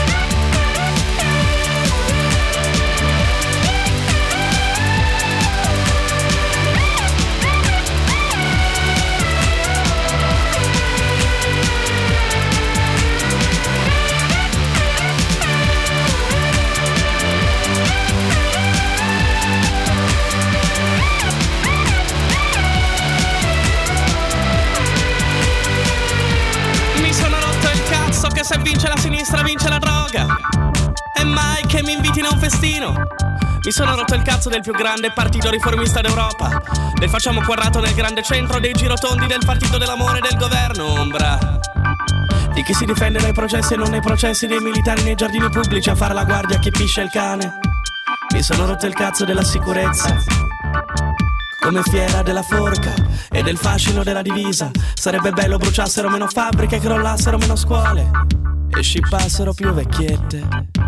So che se vince la sinistra vince la droga, e mai che mi invitino a un festino. Mi sono rotto il cazzo del più grande partito riformista d'Europa, del facciamo quadrato nel grande centro, dei girotondi del partito dell'amore e del governo ombra, di chi si difende dai processi e non nei processi, dei militari nei giardini pubblici a fare la guardia a chi piscia il cane. Mi sono rotto il cazzo della sicurezza, come fiera della forca e del fascino della divisa. Sarebbe bello bruciassero meno fabbriche, crollassero meno scuole e scippassero più vecchiette.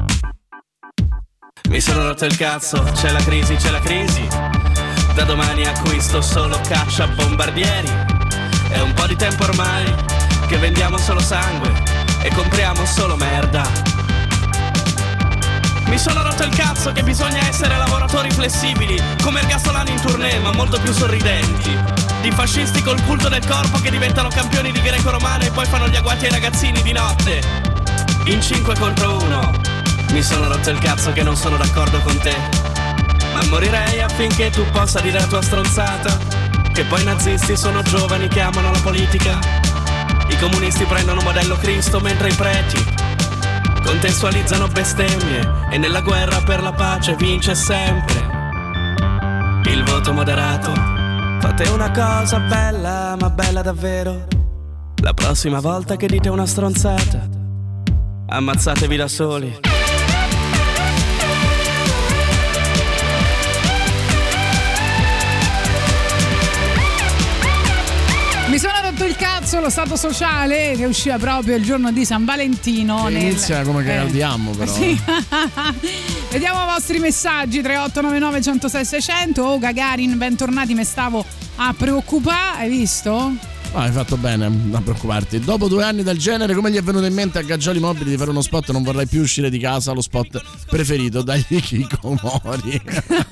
Mi sono rotto il cazzo, c'è la crisi, c'è la crisi. Da domani acquisto solo caccia bombardieri. È un po' di tempo ormai che vendiamo solo sangue e compriamo solo merda. Mi sono rotto il cazzo che bisogna essere lavoratori flessibili, come Ergastolani in tournée, ma molto più sorridenti. Di fascisti col culto del corpo che diventano campioni di greco-romano e poi fanno gli agguati ai ragazzini di notte. In cinque contro uno. Mi sono rotto il cazzo che non sono d'accordo con te, ma morirei affinché tu possa dire la tua stronzata, che poi i nazisti sono giovani che amano la politica. I comunisti prendono modello Cristo mentre i preti contestualizzano bestemmie, e nella guerra per la pace vince sempre il voto moderato. Fate una cosa bella, ma bella davvero. La prossima volta che dite una stronzata, ammazzatevi da soli.
Mi sono rotto il cazzo lo Stato Sociale, che usciva proprio il giorno di San Valentino.
Nel... Inizia come che
eh.
ardiamo però.
Sì. Vediamo i vostri messaggi. Tre otto nove nove uno zero sei sei zero zero. Oh Gagarin, bentornati, mi stavo a preoccupare. Hai visto?
Ah, hai fatto bene a preoccuparti. Dopo due anni del genere, come gli è venuto in mente a Gaggioli Mobili di fare uno spot Non vorrei più uscire di casa, lo spot preferito dagli Hikikomori?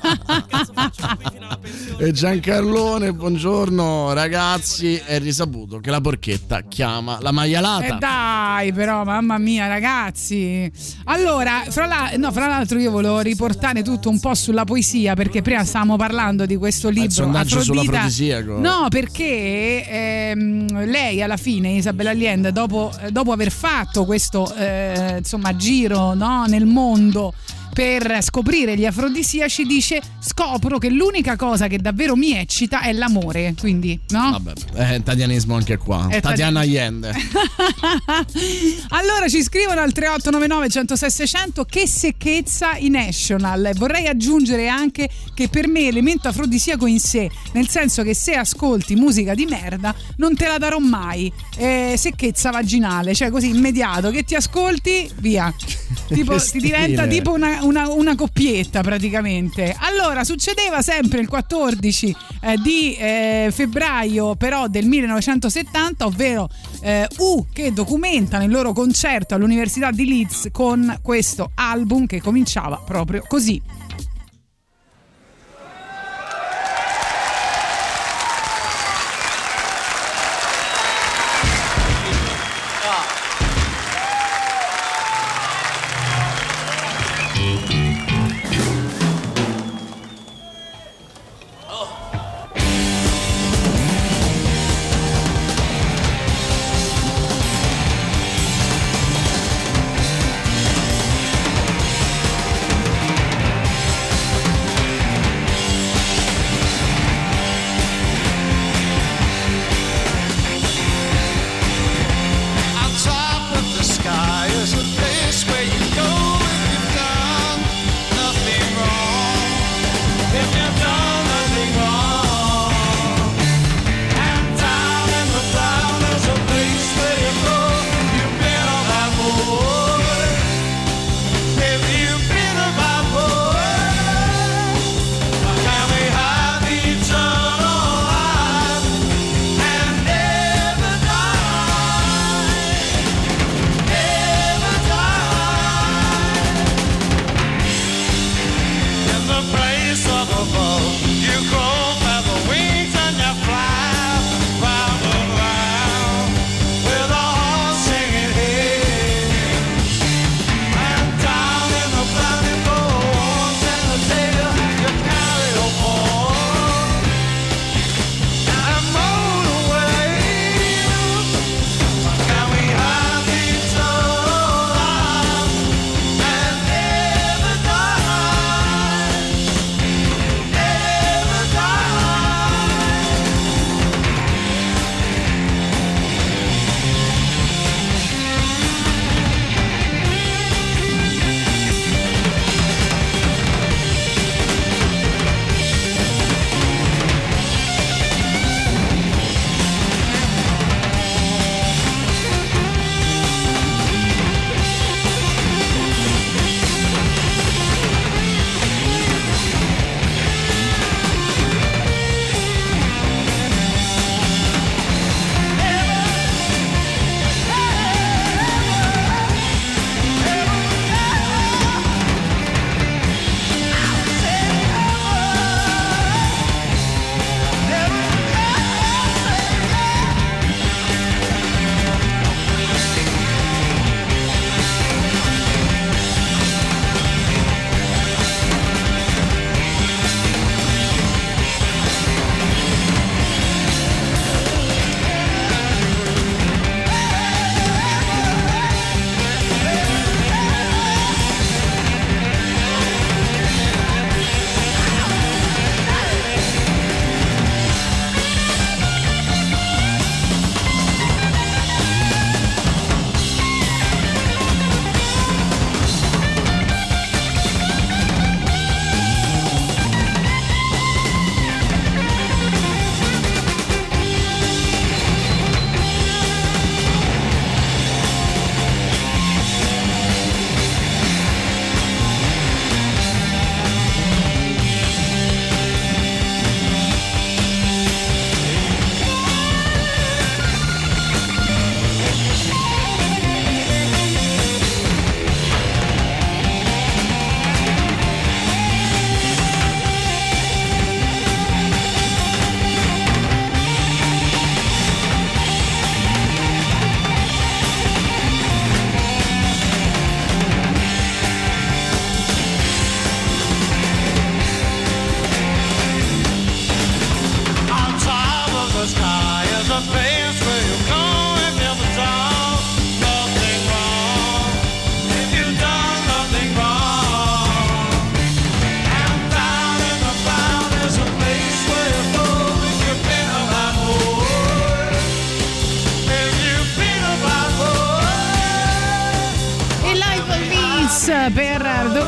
E Giancarlone, buongiorno ragazzi, è risaputo che la porchetta chiama la maialata.
E eh dai però, mamma mia ragazzi. Allora, fra, la, no, fra l'altro io volevo riportare tutto un po' sulla poesia, perché prima stavamo parlando di questo libro,
il sondaggio
Afrodita.
sull'afrodisiaco.
No, perché ehm, lei alla fine, Isabella Allende, dopo, dopo aver fatto questo eh, insomma giro, no, nel mondo per scoprire gli afrodisiaci, dice: scopro che l'unica cosa che davvero mi eccita è l'amore. Quindi, no?
Vabbè, è italianismo anche qua.
È
Tatiana Allende.
Allora ci scrivono al tre otto nove nove uno zero sei sei zero zero: che secchezza i National. Vorrei aggiungere anche che per me elemento afrodisiaco in sé, nel senso che se ascolti musica di merda non te la darò mai. Eh, secchezza vaginale, cioè così immediato che ti ascolti, via. Tipo ti diventa tipo una Una, una coppietta praticamente. Allora succedeva sempre il quattordici eh, di eh, febbraio però del millenovecentosettanta, ovvero eh, U che documentano il loro concerto all'Università di Leeds con questo album che cominciava proprio così.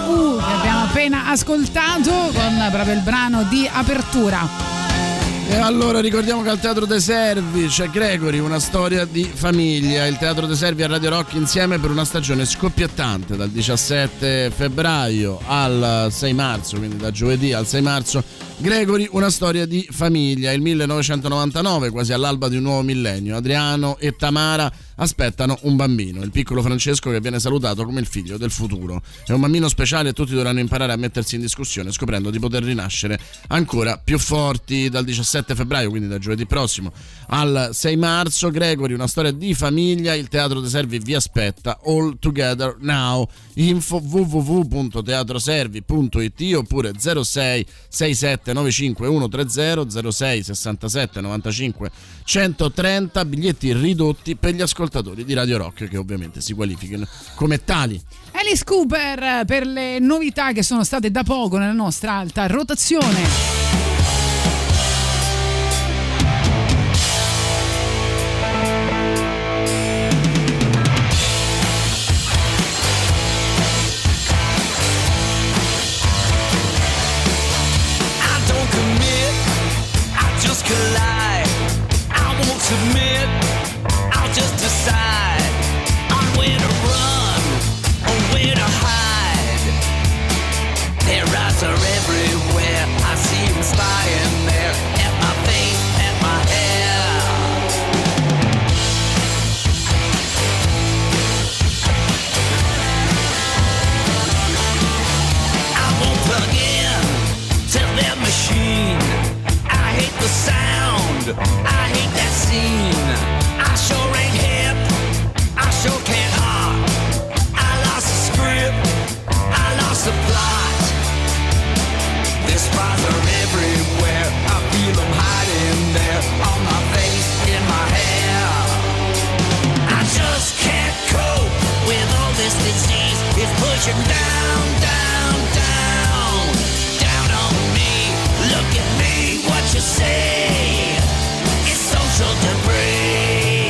U che abbiamo appena ascoltato con proprio il brano di apertura.
E allora ricordiamo che al Teatro dei Servi c'è Gregory, una storia di famiglia. Il Teatro dei Servi a Radio Rock insieme per una stagione scoppiettante dal diciassette febbraio al sei marzo, quindi da giovedì al sei marzo. Gregory, una storia di famiglia. Il millenovecentonovantanove, quasi all'alba di un nuovo millennio, Adriano e Tamara aspettano un bambino, il piccolo Francesco, che viene salutato come il figlio del futuro. È un bambino speciale e tutti dovranno imparare a mettersi in discussione, scoprendo di poter rinascere ancora più forti. Dal diciassette febbraio, quindi da giovedì prossimo, al sei marzo, Gregory, una storia di famiglia. Il Teatro dei Servi vi aspetta. All Together Now. Info w w w punto teatroservi punto i t oppure zero sei sei sette nove cinque uno tre zero zero sei sessantasette novantacinque centotrenta. Biglietti ridotti per gli ascoltatori di Radio Rock, che ovviamente si qualificano come tali.
Alice Cooper per le novità che sono state da poco nella nostra alta rotazione.
Collide. I won't submit, I'll just decide on where to run or where to hide. Their eyes are everywhere, I see them spying there at my face, at my hair. I won't plug in to their machine. I hate the sound, I hate that scene. I sure ain't hip, I sure can't hop. I lost the script, I lost the plot. Their spies are everywhere, I feel them hiding there, on my face, in my hair. I just can't cope with all this disease. It's pushing down, down, down, down on me. Look at me, what you say? It's social debris.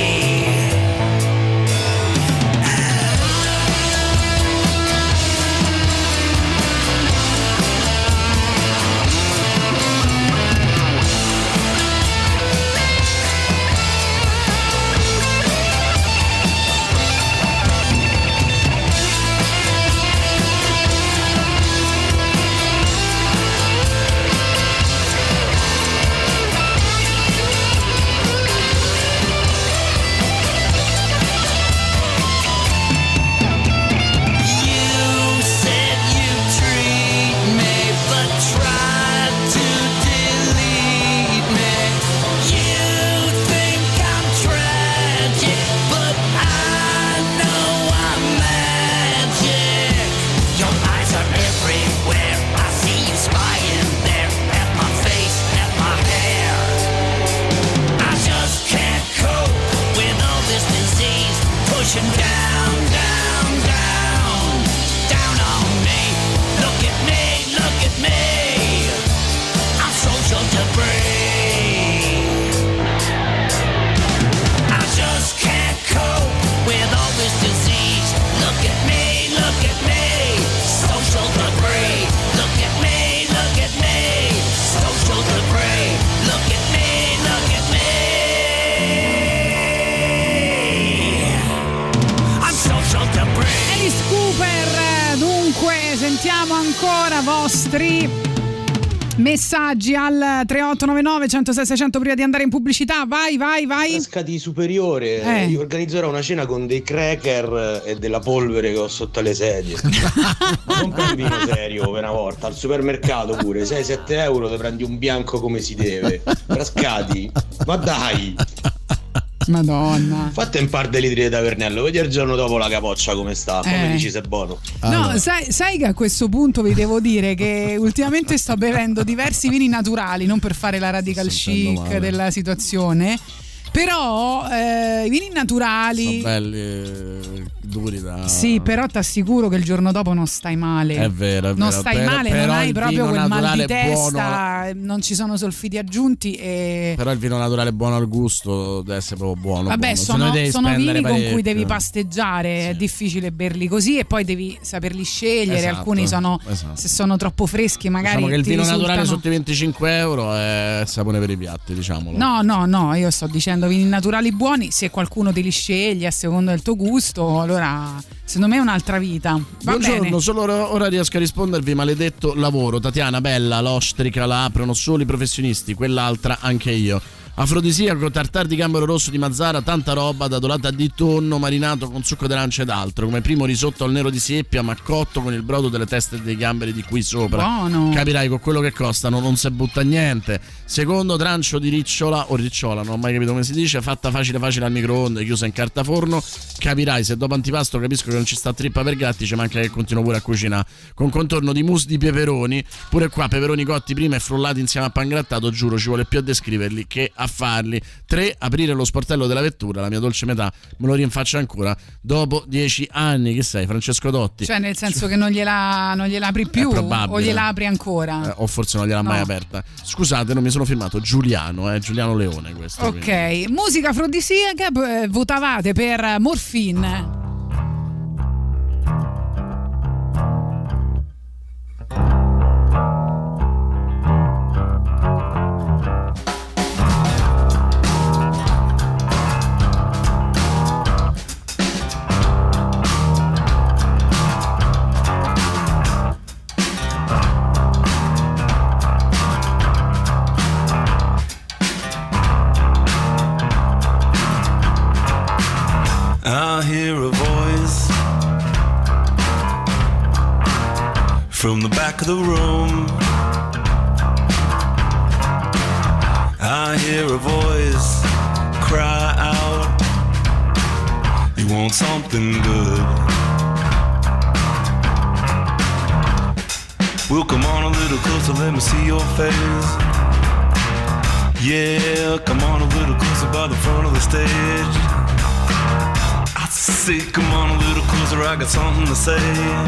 Pushing down, down, down, down on me. Look at me, look at me. I'm social debris. I just can't cope with all this disease. Look at me, look at me. Social debris. Look at me, look at me. Social debris. Look at me, look at me.
Alice Cooper, dunque sentiamo ancora vostri messaggi al tre otto nove nove, uno zero sei, sei zero zero prima di andare in pubblicità. Vai, vai, vai.
Scati superiore,
eh.
Io organizzerò una cena con dei cracker e della polvere che ho sotto le sedie. Ma non per il vino serio, per una volta. Al supermercato pure, sei sette euro ti prendi un bianco come si deve. Frascati, ma dai.
Madonna.
Fate un par di litri di tavernello, vedi il giorno dopo la capoccia come sta, poi
Eh.
mi dici se è buono.
No, sai, sai che a questo punto vi devo dire che ultimamente sto bevendo diversi vini naturali, non per fare la radical chic
male.
della situazione, però eh, i vini naturali
Sono belli. duri da...
Sì, però ti assicuro che il giorno dopo non stai male.
È vero, è
non
vero.
stai
però,
male,
però
non hai proprio quel mal di testa,
buono...
non ci sono solfiti aggiunti e...
Però il vino naturale buono al gusto deve essere proprio buono.
Vabbè,
buono.
sono, sono vini
parecchio.
con cui devi pasteggiare, sì. È difficile berli così e poi devi saperli scegliere,
esatto,
alcuni sono,
esatto.
se sono troppo freschi magari
diciamo che il
ti
vino
risultano...
naturale sotto i venticinque euro è sapone per i piatti, diciamolo.
No, no, no, io sto dicendo vini naturali buoni, se qualcuno te li sceglie a seconda del tuo gusto, allora secondo me è un'altra vita. Va
Buongiorno,
bene.
solo ora, ora riesco a rispondervi, maledetto lavoro. Tatiana, bella, l'ostrica la aprono solo i professionisti, quell'altra anche io. Afrodisiaco, tartar di gambero rosso di Mazzara, tanta roba da dolata di tonno marinato con succo d'arancia ed altro, come primo risotto al nero di seppia ma cotto con il brodo delle teste dei gamberi di qui sopra.
Buono.
Capirai, con quello che costano non si butta niente. Secondo, trancio di ricciola o ricciola, non ho mai capito come si dice, fatta facile facile al microonde, chiusa in cartaforno. Capirai, se dopo antipasto capisco che non ci sta trippa per gatti, c'è manca che continuo pure a cucinare. Con contorno di mousse di peperoni, pure qua peperoni cotti prima e frullati insieme a pangrattato, giuro ci vuole più a descriverli che a farli. Tre, aprire lo sportello della vettura, la mia dolce metà me lo rinfaccia ancora dopo dieci anni. Chi sei, Francesco Dotti?
Cioè nel senso che non gliela, non gliela apri più o gliela apri ancora?
Eh, o forse non gliel'ha
no.
mai aperta. Scusate, non mi sono firmato Giuliano, eh, Giuliano Leone questo.
Ok,
quindi.
Musica afrodisiaca, eh, votavate per Morphine.
I hear a voice from the back of the room. I hear a voice cry out, you want something good. Well, come on a little closer, let me see your face. Yeah, come on a little closer by the front of the stage. Say, come on a little closer, I got something to say.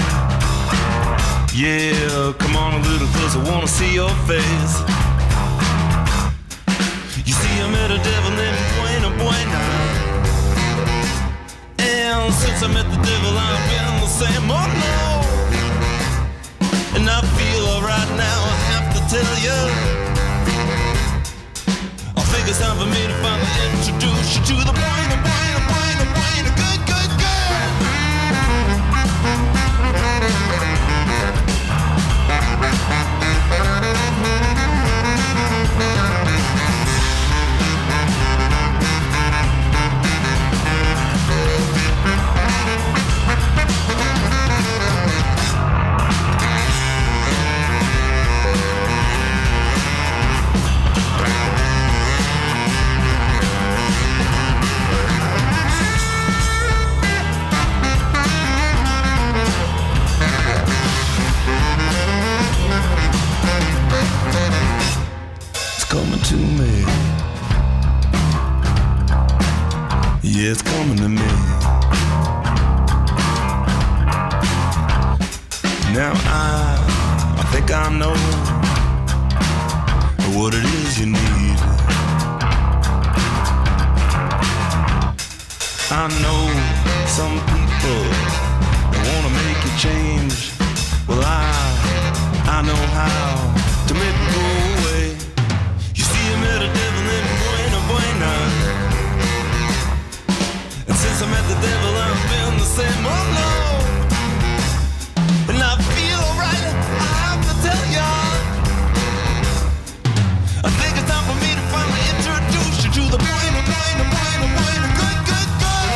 Yeah, come on a little closer, wanna see your face. You see, I met a devil named Buena Buena, and since I met the devil, I've been the same. Oh no, and I feel alright now, I have to tell you, I think it's time for me to finally introduce you to the Buena Buena Buena Buena good good girl. Coming to me, yeah, it's coming to me. Now I, I think I know what it is you need. I know some people that wanna make you change. Well, I, I know how to make it go away. I met a devil named Buena Buena, and since I met the devil I've been the same. Oh no, and I feel alright, I have to tell ya, I think it's time for me to finally introduce you to the Buena Buena Buena Buena good good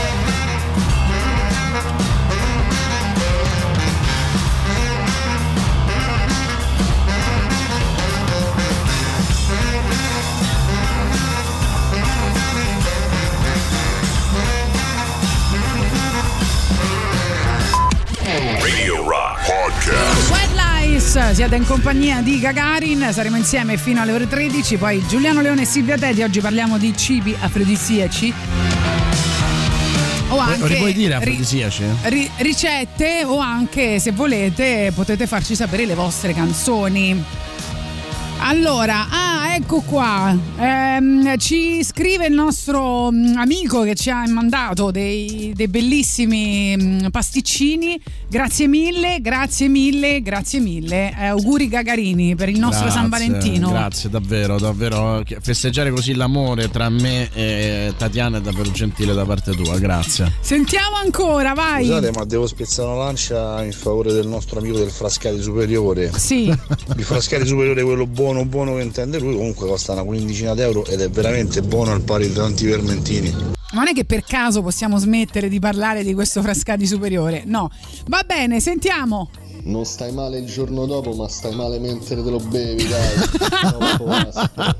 Radio Rock Podcast.
White Lies, siete in compagnia di Gagarin, saremo insieme fino alle ore tredici, poi Giuliano Leone e Silvia Teti. Oggi parliamo di cibi afrodisiaci. o anche
ripuoi dire afrodisiaci?
Ri- ricette, o anche, se volete, potete farci sapere le vostre canzoni. Allora, ah, ecco qua, ehm, ci scrive il nostro amico che ci ha mandato dei, dei bellissimi pasticcini. Grazie mille, grazie mille, grazie mille. Eh, auguri Gagarini per il nostro
Grazie,
San Valentino.
Grazie, davvero, davvero. Festeggiare così l'amore tra me e Tatiana è davvero gentile da parte tua, grazie.
Sentiamo ancora, vai.
Scusate, ma devo spezzare una lancia in favore del nostro amico del Frascati Superiore.
Sì.
Il Frascati Superiore, quello buono buono che intende lui, comunque costa una quindicina d'euro ed è veramente buono al pari di tanti vermentini.
Non è che per caso possiamo smettere di parlare di questo Frascati Superiore, no. Va bene, sentiamo.
Non stai male il giorno dopo, ma stai male mentre te lo bevi, dai. Troppo aspro.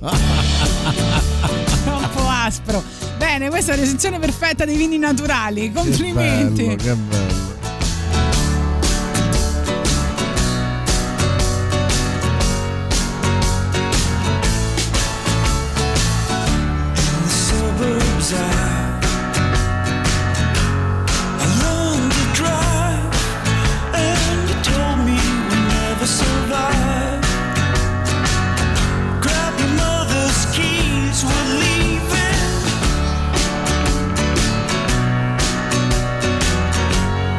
Troppo aspro. Bene, questa è la recensione perfetta dei vini naturali. Complimenti.
Che bello, che bello.
Leaving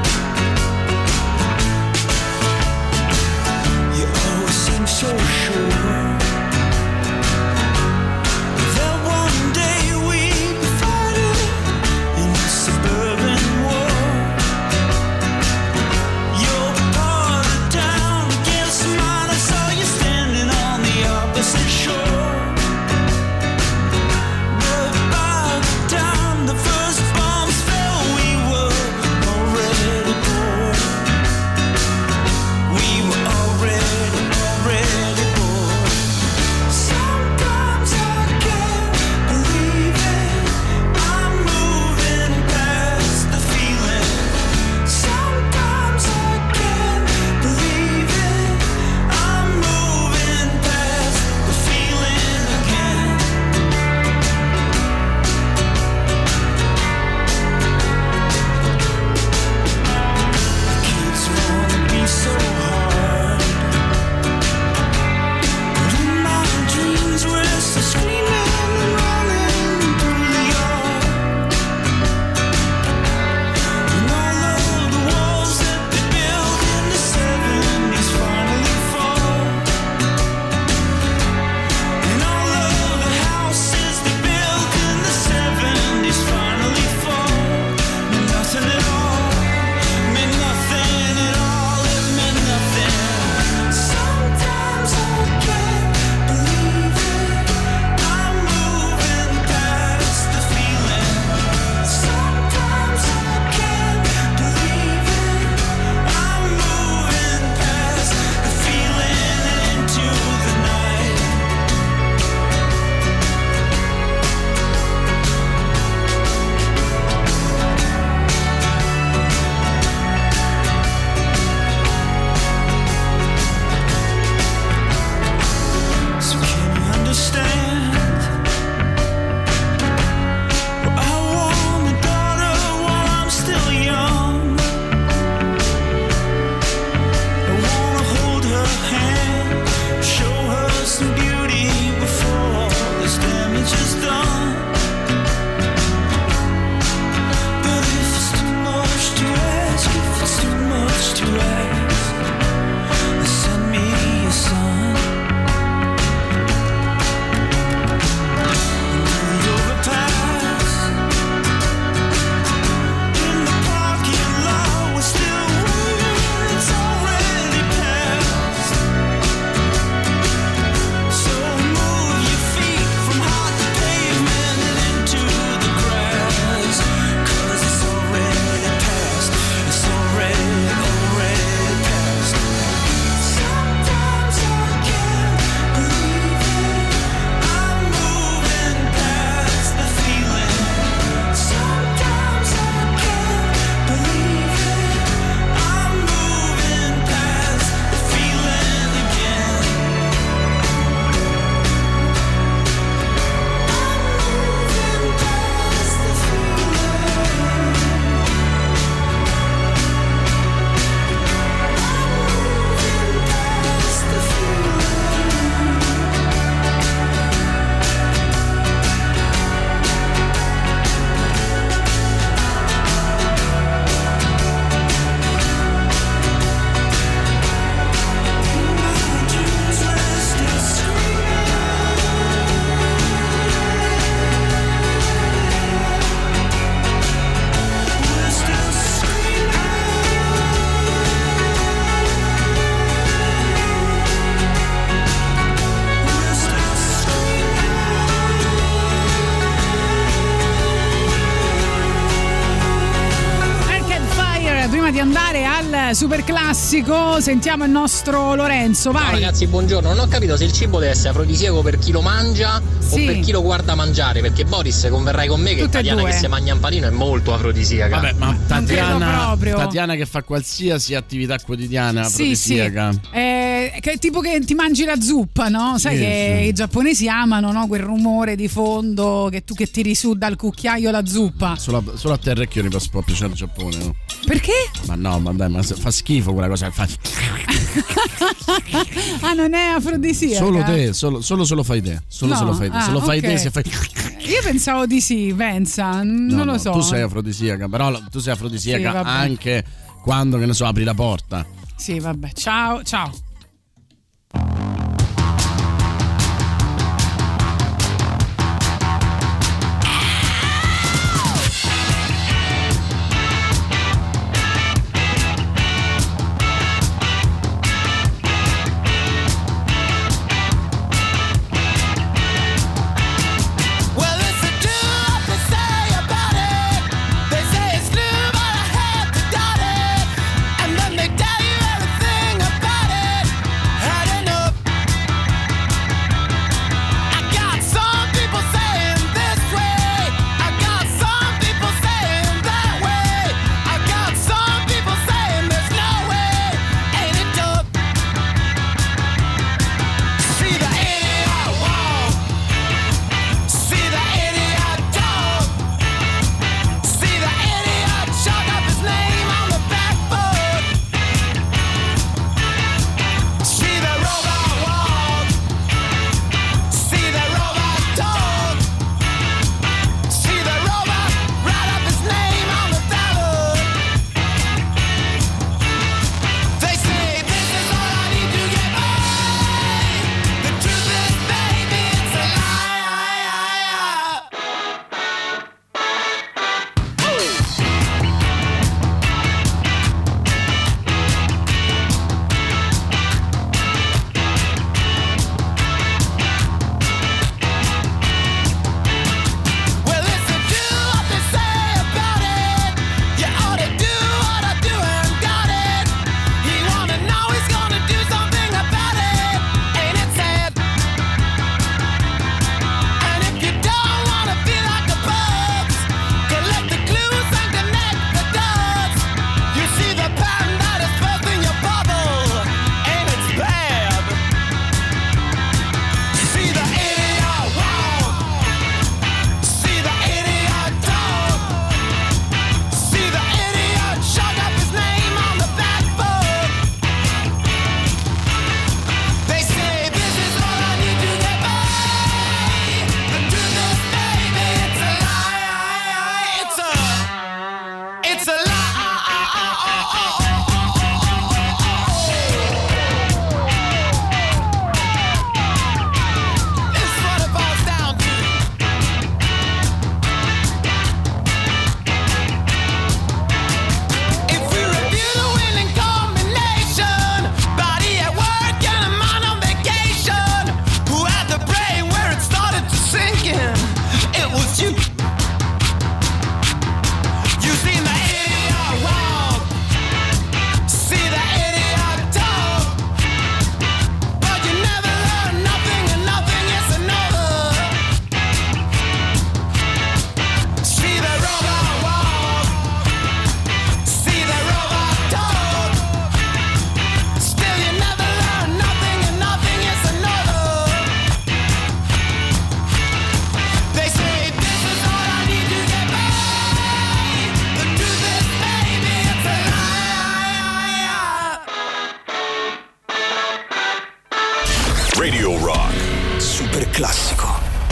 super classico. Sentiamo il nostro Lorenzo, vai.
Ciao ragazzi, buongiorno. Non ho capito se il cibo deve essere afrodisiaco per chi lo mangia
Sì.
o per chi lo guarda mangiare, perché Boris, converrai con me che
Tutte e
Tatiana
due.
che si mangia un panino è molto afrodisiaca.
Vabbè, ma Tatiana,
proprio.
Tatiana che fa qualsiasi attività quotidiana
Sì, sì.
afrodisiaca.
Eh, che, tipo che ti mangi la zuppa, no? Sai
Sì,
che
sì.
i giapponesi amano, no? Quel rumore di fondo che tu che tiri su dal cucchiaio la zuppa.
Solo a, solo a te Recchio mi può piacere il Giappone, no?
Perché?
Ma no, ma dai, ma se- fa schifo quella cosa che fa.
Ah, non è afrodisiaca?
Solo te, solo, solo se lo fai te. Solo
No,
se lo fai te.
ah,
se lo fai
ok.
te, se fai.
Io pensavo di sì, pensa, non
No,
lo
no,
so.
Tu sei afrodisiaca, però la- tu sei afrodisiaca
Sì, vabbè.
anche quando, che ne so, apri la porta.
Sì, vabbè. Ciao, ciao.
Well, it's a do what they say about it. They say it's new, but I have to doubt it. And then they tell you everything about it. Had enough. I got some people saying this way. I got some people saying that way. I got some people saying there's no way. Ain't it dope? See the idiot walk. See the idiot dog. See the idiot chalk up his name on the backboard. See the robot walk. See the robot dog. See the robot write up his name on the ballot. They say this is all I need to get by. The truth is, baby, it's a lie. Well, listen to what they say about it. You ought to do what I do and got it. You wanna know he's gonna do something about it. Ain't it sad? And if you don't wanna feel like the bugs, collect the clues and connect the dots. You see the pattern that is built in your bubble, and it's bad. See the idiot walk. See the idiot dog. See the idiot chalk up his name on the backboard. They say this is all I need to get by. The truth is, baby, it's a lie. It's a, it's a lie. This is what it boils down to. If we review the winning combination, body at work and a mind on vacation, who had the brain where it started to sink in? It was you. You seen the idiot walk, see the idiot talk, but you never learn nothing and nothing is another. See the robot walk. See the robot dog. Still you never learn nothing and nothing is another. They say this is all I need to get by. The truth is, baby, it's a lie.
Radio Rock.
Super classico.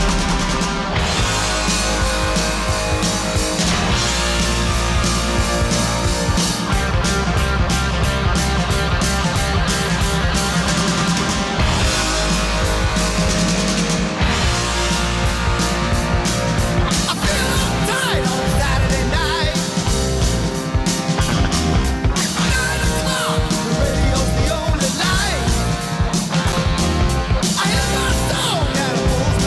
I feel a little tight on Saturday night. Nine o'clock, the radio's the only light. I hear my song and it pulls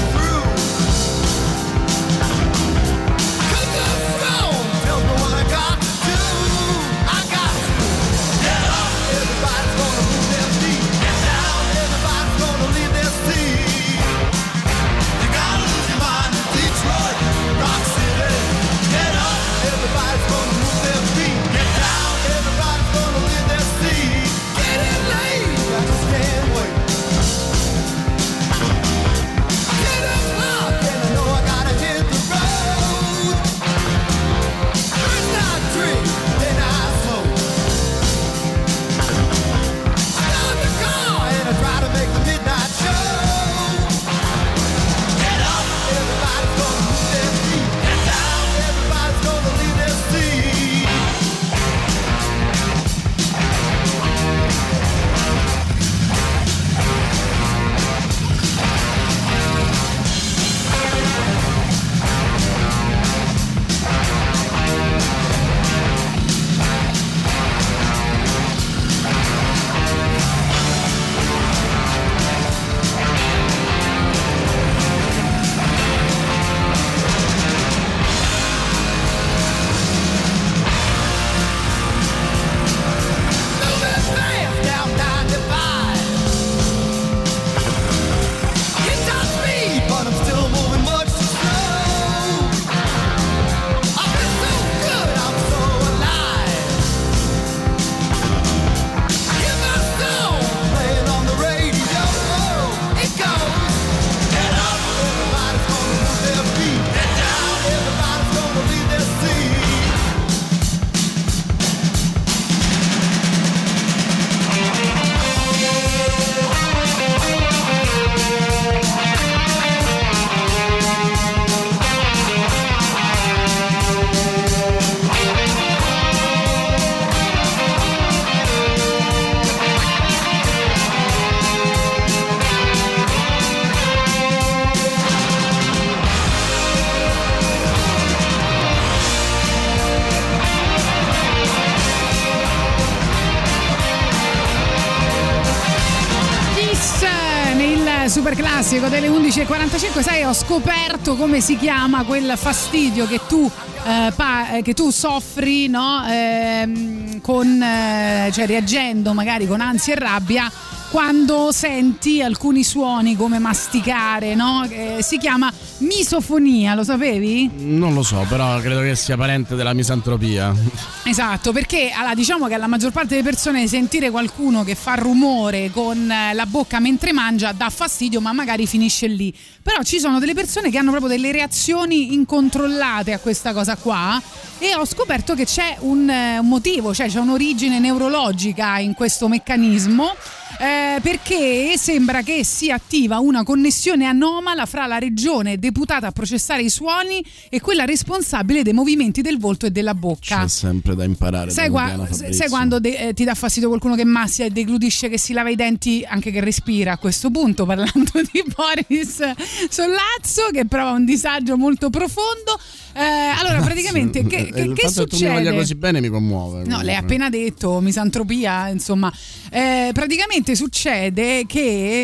classico delle undici e quarantacinque. Sai, ho scoperto come si chiama quel fastidio che tu eh, pa- che tu soffri, no? Eh, con eh, cioè reagendo magari con ansia e rabbia quando senti alcuni suoni come masticare, no? Eh, si chiama misofonia, lo sapevi?
Non lo so, però credo che sia parente della misantropia.
Esatto, perché allora, diciamo che alla maggior parte delle persone sentire qualcuno che fa rumore con la bocca mentre mangia dà fastidio, ma magari finisce lì. Però ci sono delle persone che hanno proprio delle reazioni incontrollate a questa cosa qua, e ho scoperto che c'è un, un motivo, cioè c'è un'origine neurologica in questo meccanismo. Eh, perché sembra che si attiva una connessione anomala fra la regione deputata a processare i suoni e quella responsabile dei movimenti del volto e della bocca.
C'è sempre da imparare.
Sai, qua, sai quando de- eh, ti dà fastidio qualcuno che mastica e deglutisce, che si lava i denti, anche che respira a questo punto, parlando di Boris Sollazzo che prova un disagio molto profondo. Eh, allora praticamente che, che,
il
che
fatto
succede?
che tu mi voglia così bene mi commuove.
No, l'hai appena detto, misantropia, insomma. Eh, praticamente succede che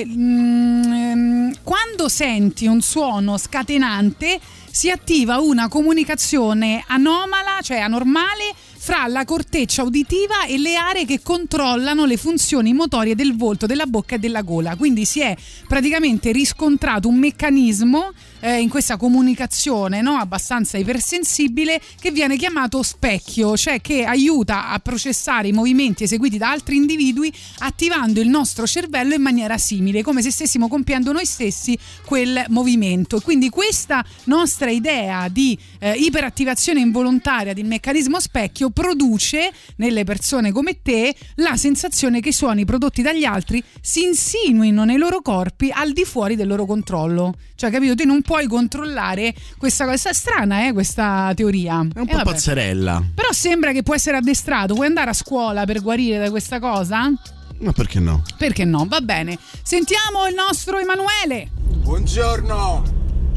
mh, quando senti un suono scatenante si attiva una comunicazione anomala, cioè anormale, fra la corteccia uditiva e le aree che controllano le funzioni motorie del volto, della bocca e della gola. Quindi si è praticamente riscontrato un meccanismo eh, in questa comunicazione, no, abbastanza ipersensibile, che viene chiamato specchio, cioè che aiuta a processare i movimenti eseguiti da altri individui attivando il nostro cervello in maniera simile, come se stessimo compiendo noi stessi quel movimento. Quindi questa nostra idea di eh, iperattivazione involontaria del meccanismo specchio produce nelle persone come te la sensazione che i suoni prodotti dagli altri si insinuino nei loro corpi al di fuori del loro controllo. Cioè, capito? Tu non puoi controllare questa cosa. Strana, eh, questa teoria.
È un po' pazzerella.
Però sembra che può essere addestrato. Puoi andare a scuola per guarire da questa cosa?
Ma perché no?
Perché no? Va bene. Sentiamo il nostro Emanuele.
Buongiorno.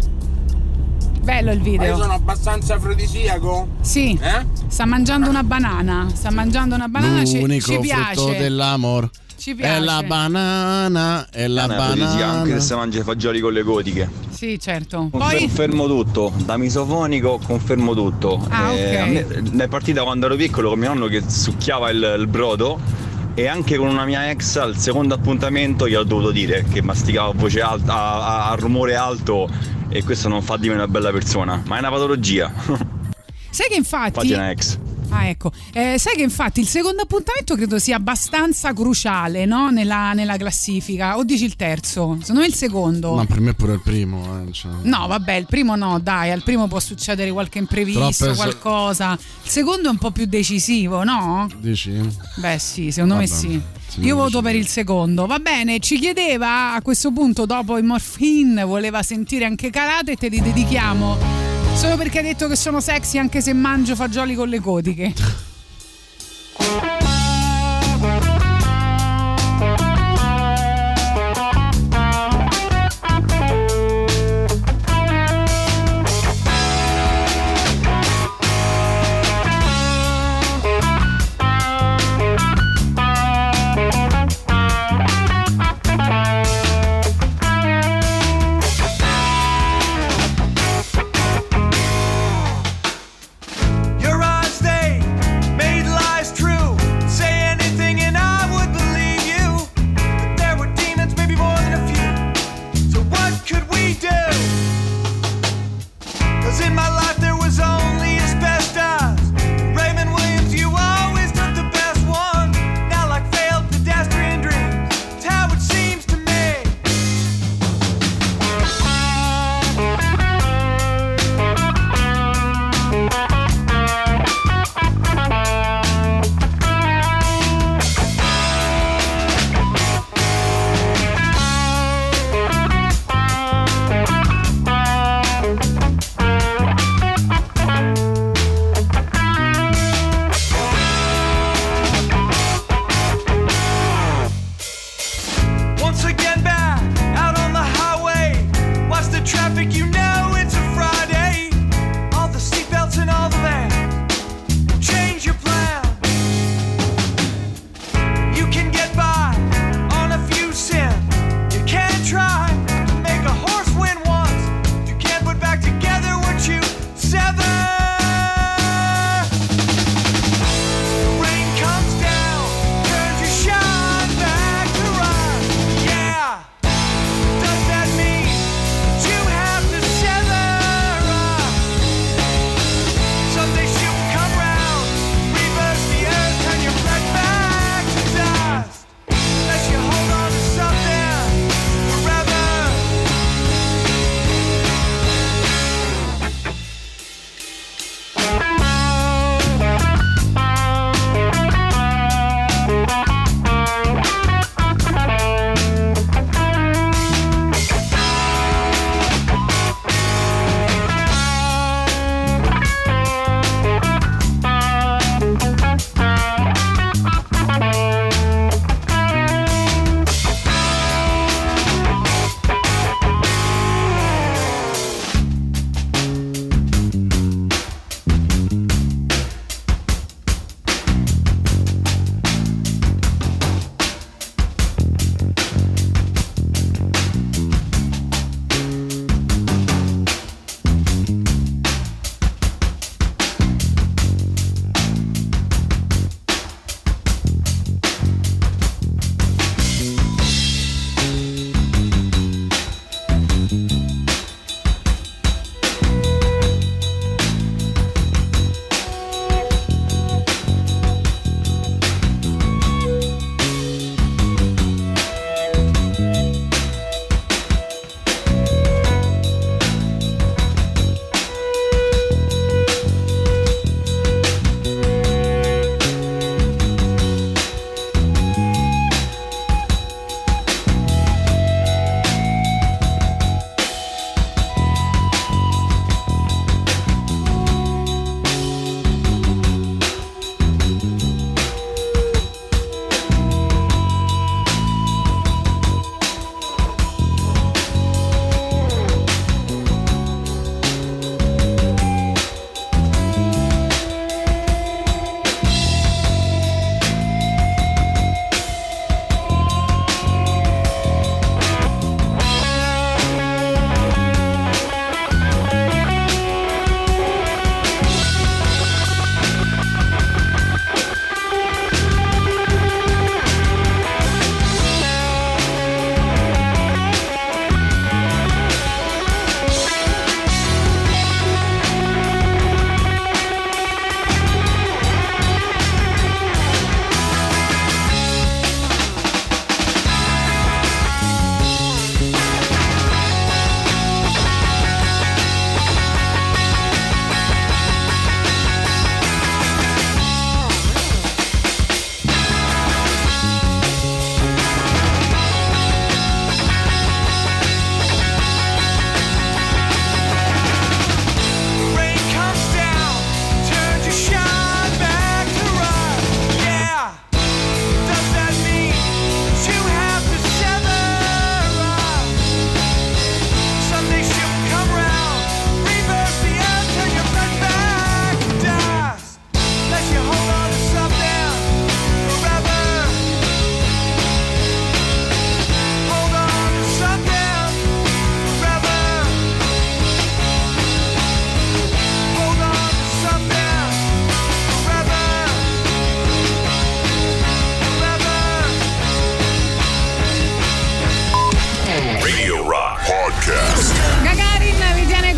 Bello il video.
Io sono abbastanza afrodisiaco?
Sì.
Eh?
Sta mangiando una banana. Sta mangiando una banana. Ci,
L'unico
ci piace.
frutto dell'amor.
Ci piace.
È la banana. È la banana.
Anche se mangia fagioli con le gotiche.
Sì, certo. Poi
Confermo tutto, da misofonico confermo tutto.
Ah,
Eh,
ok.
a me- è partita quando ero piccolo con mio nonno che succhiava il, il brodo, e anche con una mia ex al secondo appuntamento gli ho dovuto dire che masticava a voce alta, a, a- a rumore alto, e questo non fa di me una bella persona, ma è una patologia.
sai che infatti
Pagina ex.
Ah, ecco. Eh, sai che infatti il secondo appuntamento credo sia abbastanza cruciale, no? Nella, nella classifica. O dici il terzo? Secondo me il secondo.
Ma per me pure il primo. Eh, cioè.
No, vabbè, il primo no, dai, al primo può succedere qualche imprevisto,
Troppe so-
qualcosa. Il secondo è un po' più decisivo, no?
Dici?
Beh sì, secondo me
Vabbè,
sì.
se
Io
non
voto per il secondo. Va bene, ci chiedeva a questo punto, dopo i Morphine, voleva sentire anche Karate, e te li dedichiamo. Solo perché hai detto che sono sexy anche se mangio fagioli con le gotiche.
Your eyes, they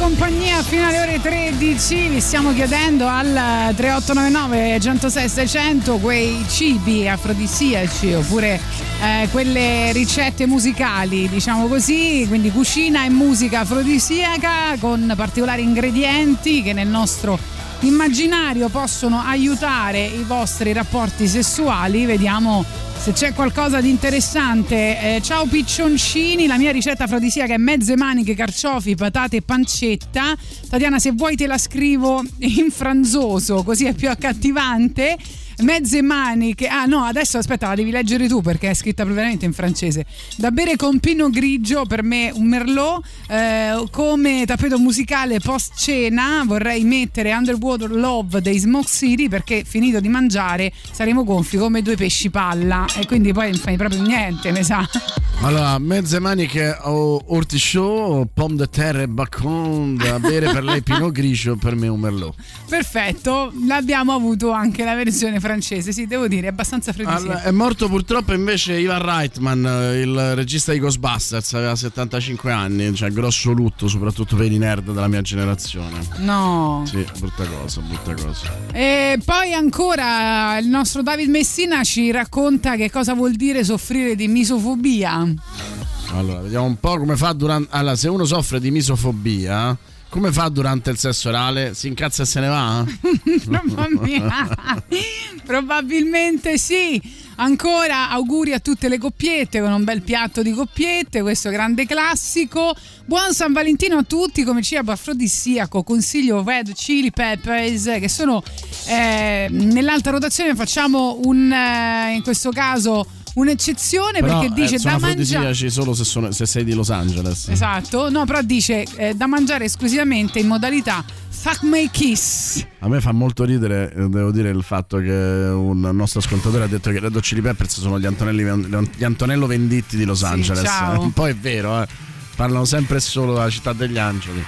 compagnia fino alle ore tredici. Vi stiamo chiedendo al tre otto nove nove, uno zero sei, sei zero zero quei cibi afrodisiaci oppure eh, quelle ricette musicali, diciamo così, quindi cucina e musica afrodisiaca con particolari ingredienti che nel nostro immaginario possono aiutare i vostri rapporti sessuali. Vediamo se c'è qualcosa di interessante. Eh, ciao piccioncini, la mia ricetta afrodisiaca è mezze maniche, carciofi, patate e pancetta. Tatiana, se vuoi te la scrivo in franzoso così è più accattivante. Mezze maniche, ah no, adesso aspetta, la devi leggere tu perché è scritta veramente in francese. Da bere con pinot grigio, per me un merlot. Eh, come tappeto musicale post cena vorrei mettere Underwater Love dei Smoke City, perché finito di mangiare saremo gonfi come due pesci palla e quindi poi non fai proprio niente, mi sa.
Allora, mezze maniche o ortichaut, pomme de terre e bacon, da bere per lei pinot grigio, per me un merlot.
Perfetto, l'abbiamo avuto anche la versione francese, sì, devo dire, è abbastanza freddissima.
Allora, è morto purtroppo invece Ivan Reitman, il regista di Ghostbusters, aveva settantacinque anni, cioè grosso lutto soprattutto per i nerd della mia generazione.
No.
Sì, brutta cosa, brutta cosa.
E poi ancora il nostro David Messina ci racconta che cosa vuol dire soffrire di misofobia.
Allora, vediamo un po' come fa durante. Allora, se uno soffre di misofobia, come fa durante il sesso orale? Si incazza e se ne va?
Mamma mia. Probabilmente sì. Ancora auguri a tutte le coppiette con un bel piatto di coppiette, questo grande classico. Buon San Valentino a tutti. Come cibo afrodisiaco consiglio Red Chili Peppers, che sono eh, nell'alta rotazione. Facciamo un eh, in questo caso un'eccezione. Però, perché dice
eh, sono
da
afrodisiaci solo se, sono, se sei di Los Angeles.
Esatto, no, però dice eh, da mangiare esclusivamente in modalità Fuck My Kiss.
A me fa molto ridere, devo dire, il fatto che un nostro ascoltatore ha detto che i Red Hot Chili Peppers sono gli, Antonelli, gli Antonello Venditti di Los
sì,
Angeles.
Ciao.
Un po' è vero, eh. Parlano sempre e solo della città degli angeli.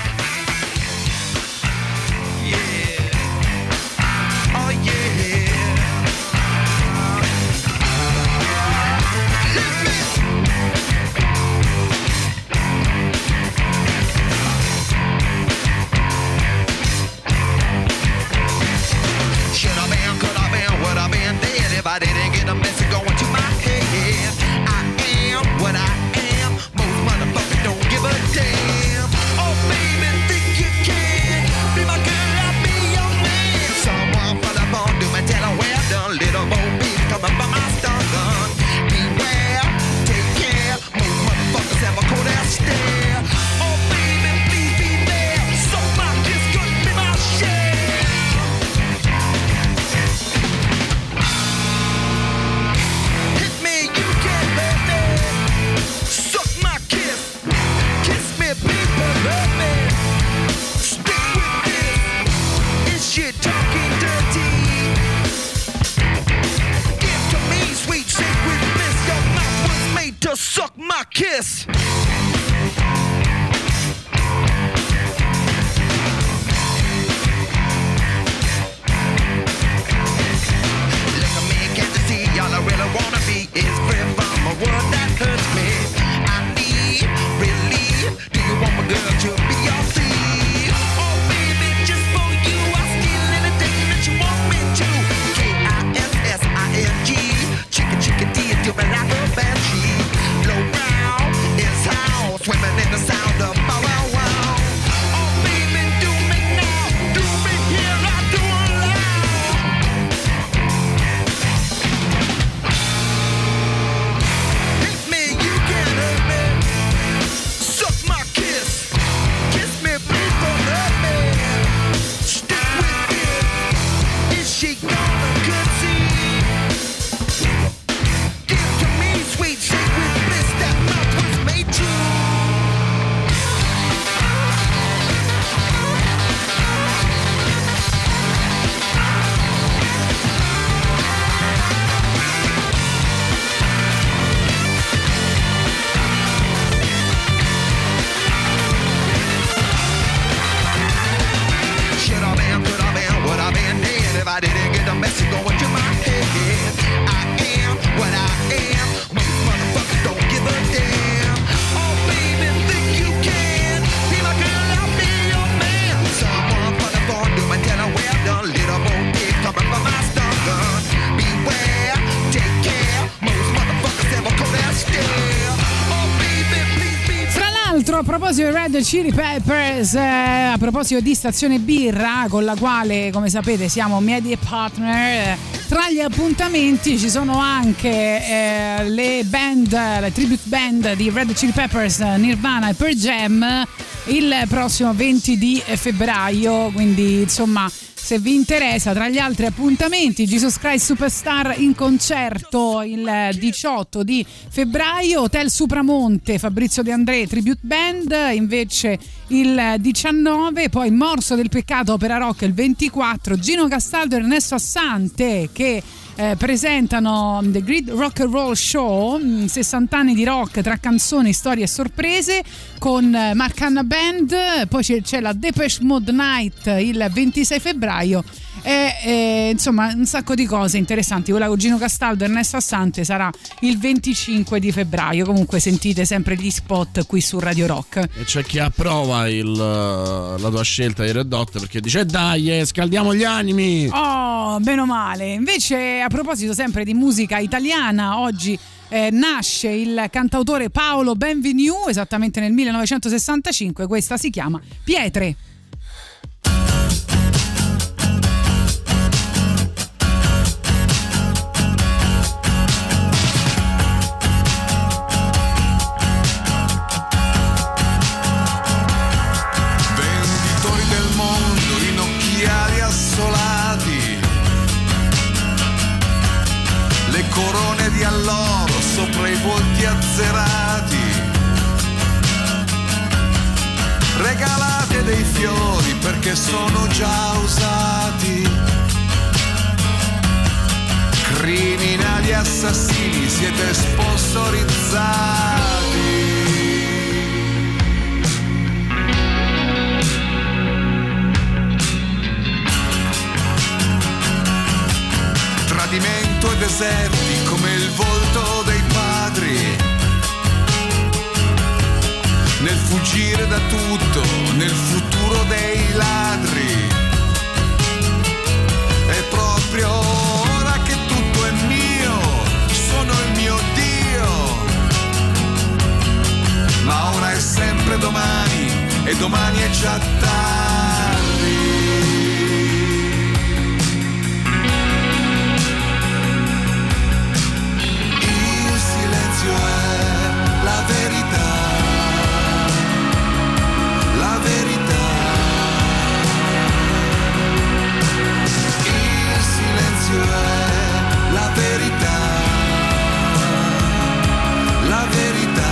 I didn't get a message going to my head. I am what I am. Most motherfuckers don't give a damn. Oh baby, think you can be my girl, I'll be your man. Someone for the phone, do me tell her well done. Little Bo Peep coming by my stun gun. Beware, take care. Most motherfuckers have a cold ass stare. Oh baby, please be there. So my kiss could be my share. Talking dirty. Give to me sweet sacred bliss. Your mouth was made to suck my kiss. Look at me, can't you see? All I really wanna be is free from a world that hurts me. I need relief. Do you want my girl to be your thief? Oh baby, just for you I steal anything that you want me to. K I S S I N G. Chicken chicken D, do me like a banshee. Low brown is how swimming in the sound of bow wow wow. Oh baby, do me now, do me here, I do it loud. Hit me, you can hurt me. Suck my kiss, kiss me, people love me. Stick with it, is she gonna concede? Give to me sweet sacred bliss, that mouth was made true. Should I been, could I been, would I been dead if I didn't get the message going to my head? I am what I am. Most motherfuckers don't give a damn. Oh baby, think you can be my girl, I'll be
l'altro, a proposito di Red Chili Peppers, eh, a proposito di Stazione Birra, con la quale, come sapete, siamo media partner, eh, tra gli appuntamenti ci sono anche eh, le band, le tribute band di Red Chili Peppers, Nirvana e Pearl Jam, il prossimo venti di febbraio, quindi insomma, se vi interessa, tra gli altri appuntamenti, Jesus Christ Superstar in concerto il diciotto di febbraio, Hotel Supramonte, Fabrizio De André Tribute Band invece il diciannove, poi Morso del Peccato Opera Rock il ventiquattro, Gino Castaldo e Ernesto Assante che Eh, presentano The Great Rock and Roll Show, sessanta anni di rock tra canzoni, storie e sorprese, con Mark Hanna Band. Poi c'è, c'è la Depeche Mode Night il ventisei febbraio e, e insomma un sacco di cose interessanti. Quella con Gino Castaldo e Ernesto Assante sarà il venticinque di febbraio. Comunque sentite sempre gli spot qui su Radio Rock.
E c'è chi approva il, la tua scelta di Red Hot perché dice dai, eh, scaldiamo gli animi.
Oh, meno male. Invece, a proposito sempre di musica italiana, oggi eh, nasce il cantautore Paolo Benvenu, esattamente nel millenovecentosessantacinque. Questa si chiama Pietre.
Corone di alloro sopra i volti azzerati, regalate dei fiori perché sono già usati, criminali assassini siete sponsorizzati. Tradimento e deserti come il volto dei padri, nel fuggire da tutto, nel futuro dei ladri. È proprio ora che tutto è mio, sono il mio Dio. Ma ora è sempre domani e domani è già tardi. È la verità, la verità. Il silenzio è la verità, la verità.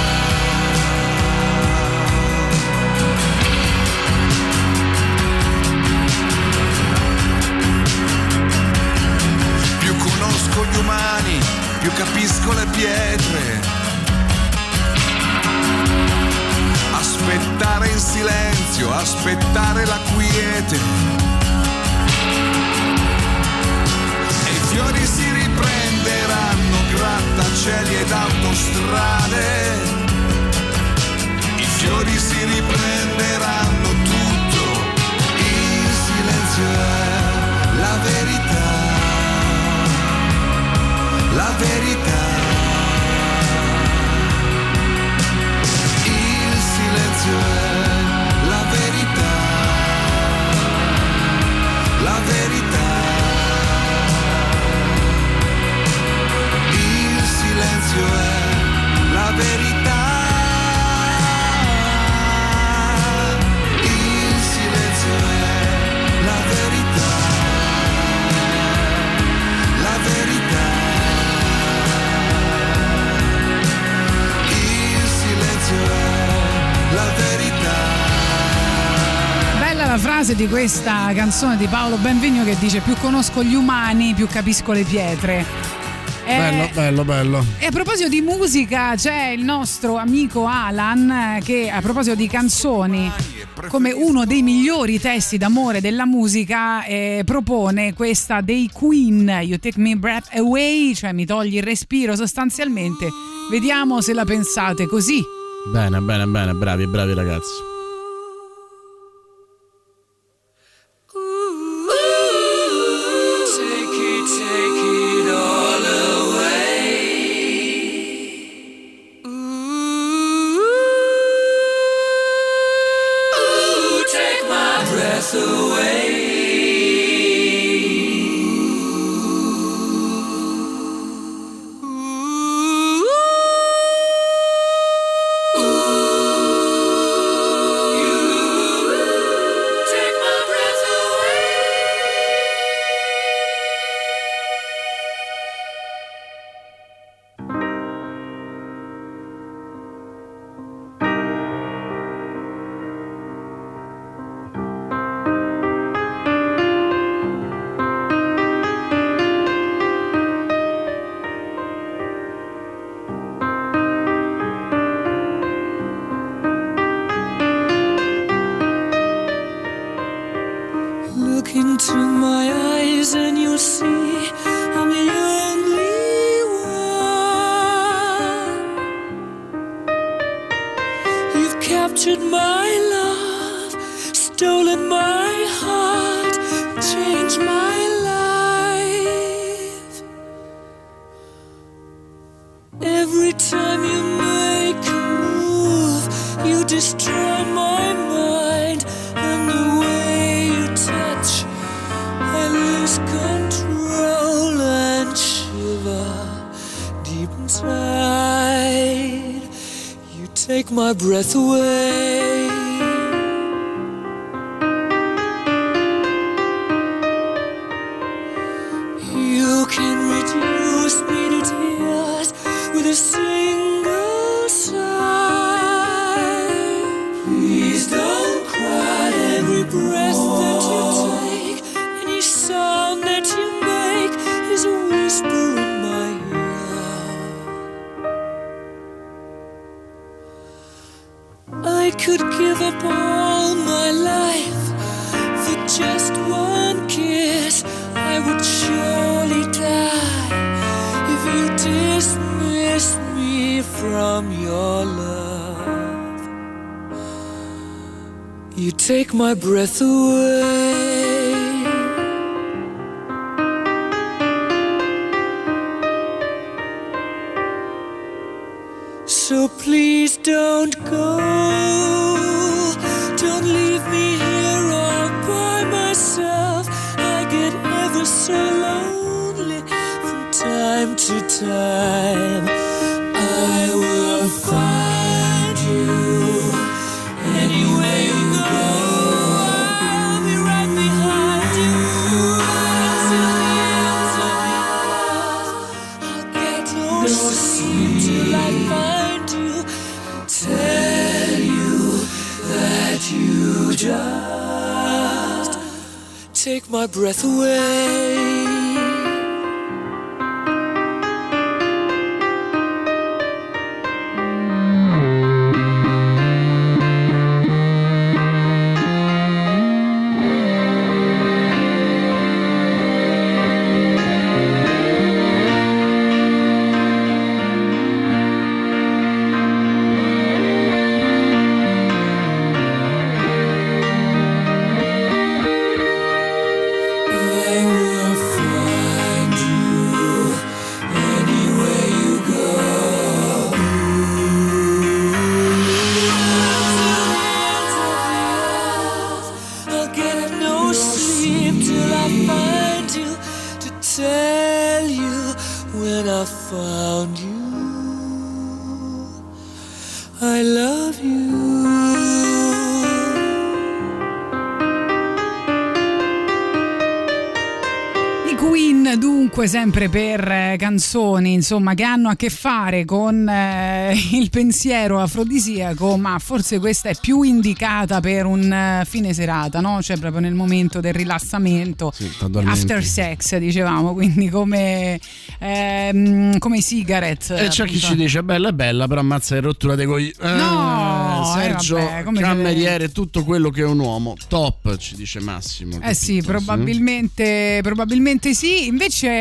Più conosco gli umani, più capisco le pietre. Aspettare in silenzio, aspettare la quiete. E i fiori si riprenderanno, grattacieli ed autostrade. I fiori si riprenderanno tutto. Il silenzio è la verità, la verità. Il silenzio è la verità, la verità. Il silenzio è la verità. Il silenzio è la verità, la verità. La verità.
Bella la frase di questa canzone di Paolo Benvenu che dice: più conosco gli umani, più capisco le pietre. Eh,
bello, bello, bello.
E a proposito di musica, c'è il nostro amico Alan che, a proposito di canzoni, come uno dei migliori testi d'amore della musica, eh, propone questa dei Queen, You Take Me Breath Away, cioè mi togli il respiro sostanzialmente. Vediamo se la pensate così.
Bene, bene, bene, bravi, bravi ragazzi.
breath away. Look into my eyes and you'll see I'm the only one. You've captured my love, stolen my heart, changed my life. Every time you make a move, you destroy my mind, and the way you touch, I lose control and shiver deep inside. You take my breath away. You can reduce me to tears with a single sigh. Please don't cry. Every breath that you take, any sound that you make is a whisper in my ear. I could give up all my life for just one kiss. I would surely die if you dismiss me from your love. You take my breath away. So please don't go. Don't leave me here all by myself. I get ever so lonely from time to time. I will find you anywhere you go. I'll be right behind you until the ends of the earth. I'll get no sleep till I find you. Tell you that you just take my breath away.
Sempre per canzoni insomma che hanno a che fare con eh, il pensiero afrodisiaco, ma forse questa è più indicata per un uh, fine serata, no? Cioè proprio nel momento del rilassamento, sì, after sex dicevamo, quindi come ehm, come i cigarette.
E c'è chi ci dice bella è bella però ammazza che rottura dei coi. Eh,
no,
Sergio,
eh, vabbè,
cameriere, se... tutto quello che è un uomo top, ci dice Massimo.
Eh sì, probabilmente, sì. probabilmente sì. Invece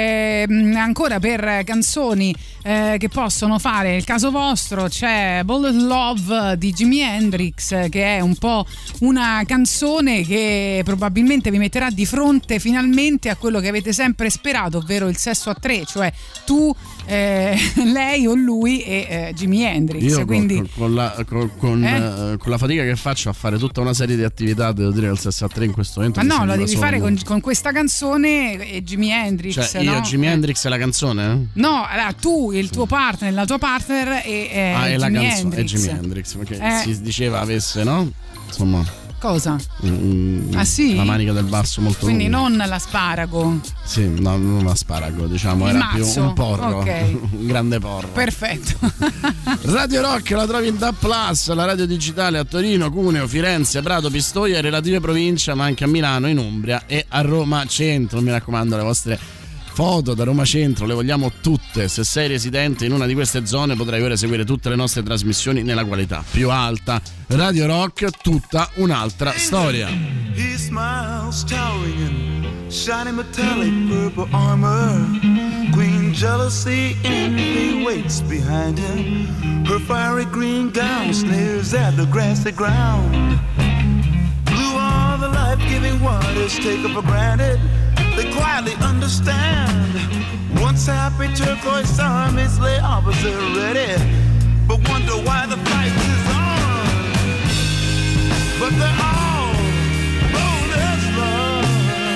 eh, ancora per canzoni eh, che possono fare il caso vostro c'è Bullet Love di Jimi Hendrix, che è un po' una canzone che probabilmente vi metterà di fronte finalmente a quello che avete sempre sperato, ovvero il sesso a tre, cioè tu, eh, lei o lui e eh, Jimi Hendrix.
Io
quindi
con, con, la, con, con,
Eh?
eh, con la fatica che faccio a fare tutta una serie di attività, devo dire che il sesso a tre in questo momento
ma
mi
no, lo
sembra
devi
solo-
fare con, con questa canzone e Jimi Hendrix,
Cioè io,
no?
Jimi
Eh.
Hendrix è la canzone?
No, allora tu, il tuo partner, la tua partner e eh,
ah, è la
Jimi
canzone, è
Hendrix.
Jimi Hendrix, perché
Eh.
si diceva avesse, no? Insomma,
Cosa?
mm,
Ah, sì?
la manica del basso molto
Quindi
lunga.
non l'asparago.
Sì, no, non l'asparago, diciamo,
Il
era
mazzo,
più un porro,
ok.
un grande porro.
Perfetto.
Radio Rock la trovi in D A B Plus, la radio digitale a Torino, Cuneo, Firenze, Prato, Pistoia e relative province, ma anche a Milano, in Umbria e a Roma Centro. Mi raccomando, le vostre foto da Roma Centro le vogliamo tutte. Se sei residente in una di queste zone potrai ora seguire tutte le nostre trasmissioni nella qualità più alta. Radio Rock, tutta un'altra storia.
He smiles, towering in shiny metallic purple armor. Queen jealousy, envy waits behind him. Her fiery green gown sneers at the grassy ground. Blue are the life-giving waters taken for granted. They quietly understand. Once happy turquoise armies lay opposite ready, but wonder why the fight is on. But they're all bold as love.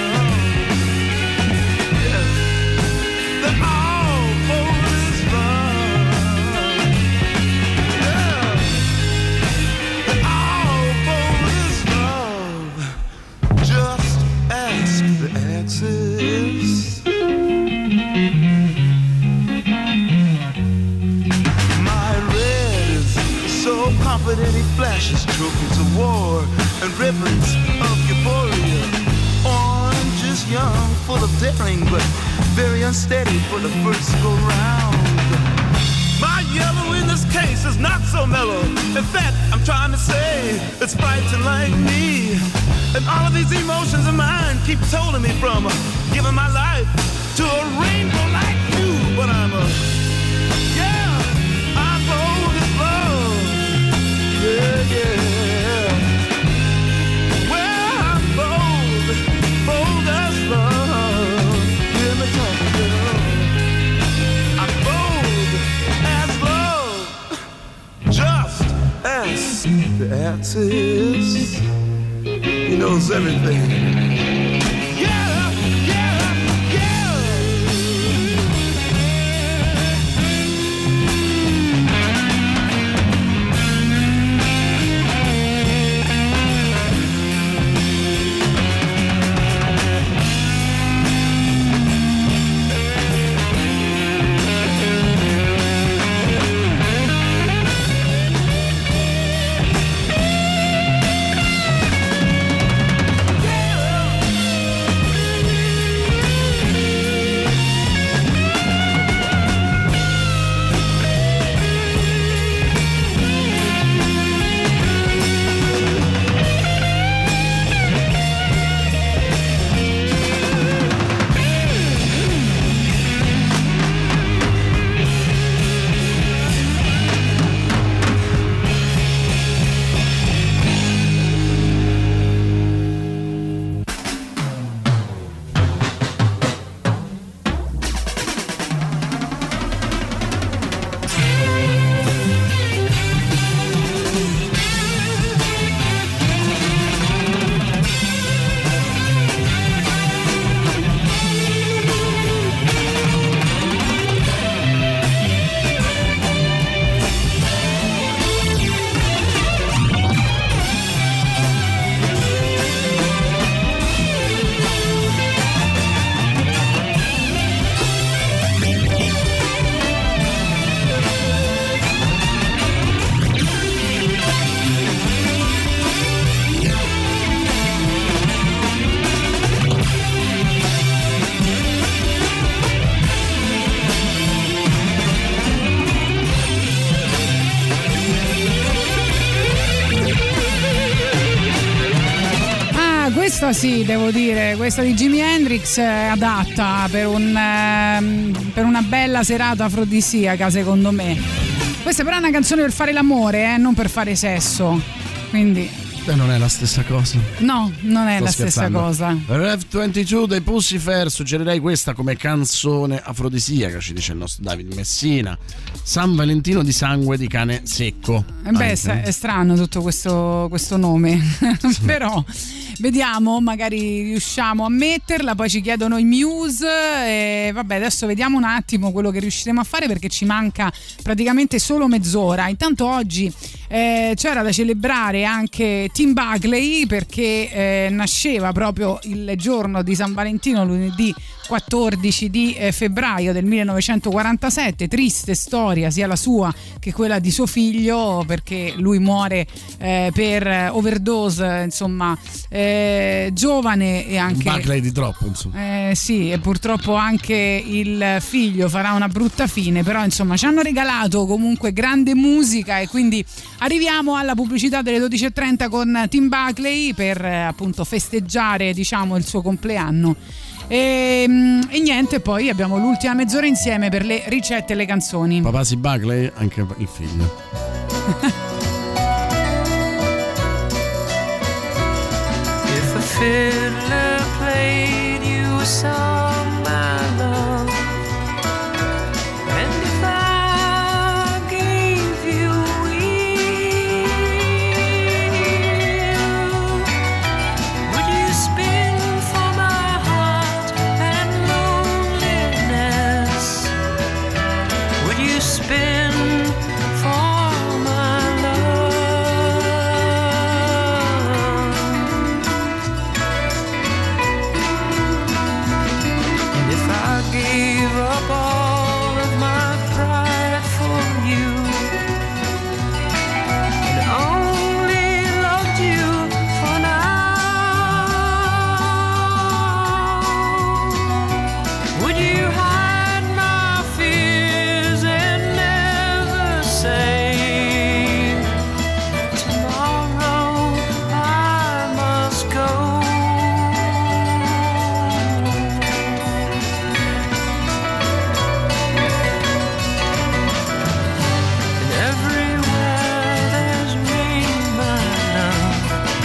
Yeah. They're all bold as love. Yeah. They're all bold as love. Just ask the exes. My red is so confident he flashes trophies of war and ribbons of euphoria. Orange is young, full of daring, but very unsteady for the first go round. My yellow in this case is not so mellow. In fact, I'm trying to say it's frightened like me. And all of these emotions of mine keep holding me from giving my life to a rainbow like you. But I'm a, yeah, I'm bold as love. Yeah, yeah. Well, I'm bold, bold as love. Hear me talk, girl. I'm bold as love. Just ask the answers. He knows everything. Yeah, yeah, yeah.
questa sì, devo dire, questa di Jimi Hendrix è adatta per, un, ehm, per una bella serata afrodisiaca, secondo me. Questa però è una canzone per fare l'amore, eh, non per fare sesso, quindi...
Beh, non è la stessa cosa.
No, non è
Sto
la
scherzando.
stessa cosa.
Rev ventidue dei Pussifer, suggerirei questa come canzone afrodisiaca, ci dice il nostro David Messina. San Valentino di sangue di cane secco.
Eh beh,
Anche.
è strano tutto questo, questo nome, però vediamo, magari riusciamo a metterla, poi ci chiedono i Muse e vabbè, adesso vediamo un attimo quello che riusciremo a fare perché ci manca praticamente solo mezz'ora. Intanto oggi eh, c'era da celebrare anche Tim Buckley perché eh, nasceva proprio il giorno di San Valentino, lunedì quattordici di eh, febbraio del millenovecentoquarantasette. Triste storia sia la sua che quella di suo figlio, perché lui muore eh, per overdose, insomma, eh, giovane, e anche
Buckley di troppo, insomma.
Eh, sì, e purtroppo anche il figlio farà una brutta fine, però insomma ci hanno regalato comunque grande musica e quindi arriviamo alla pubblicità delle dodici e trenta con Tim Buckley per eh, appunto festeggiare, diciamo, il suo compleanno. E, e niente, poi abbiamo l'ultima mezz'ora insieme per le ricette e le canzoni.
Papà si Buckley, anche il figlio.
If a fiddler played you a song, my love, and if I gave you a wheel, would you spin for my heart and loneliness? Would you spin for my love? And if I gave up all of my pride for you and only loved you for now, would you hide my fears and never say, tomorrow I must go? And everywhere there's rain, my love,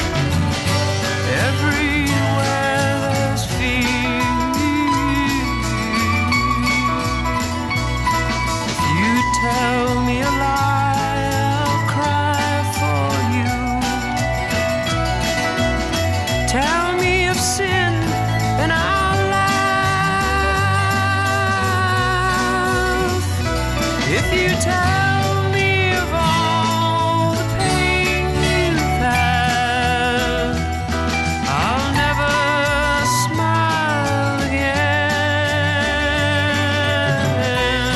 everywhere there's fear. If you tell me a lie, I'll cry for you. Tell me of sin and I'll laugh. If you tell me of all the pain you've had, I'll never smile again.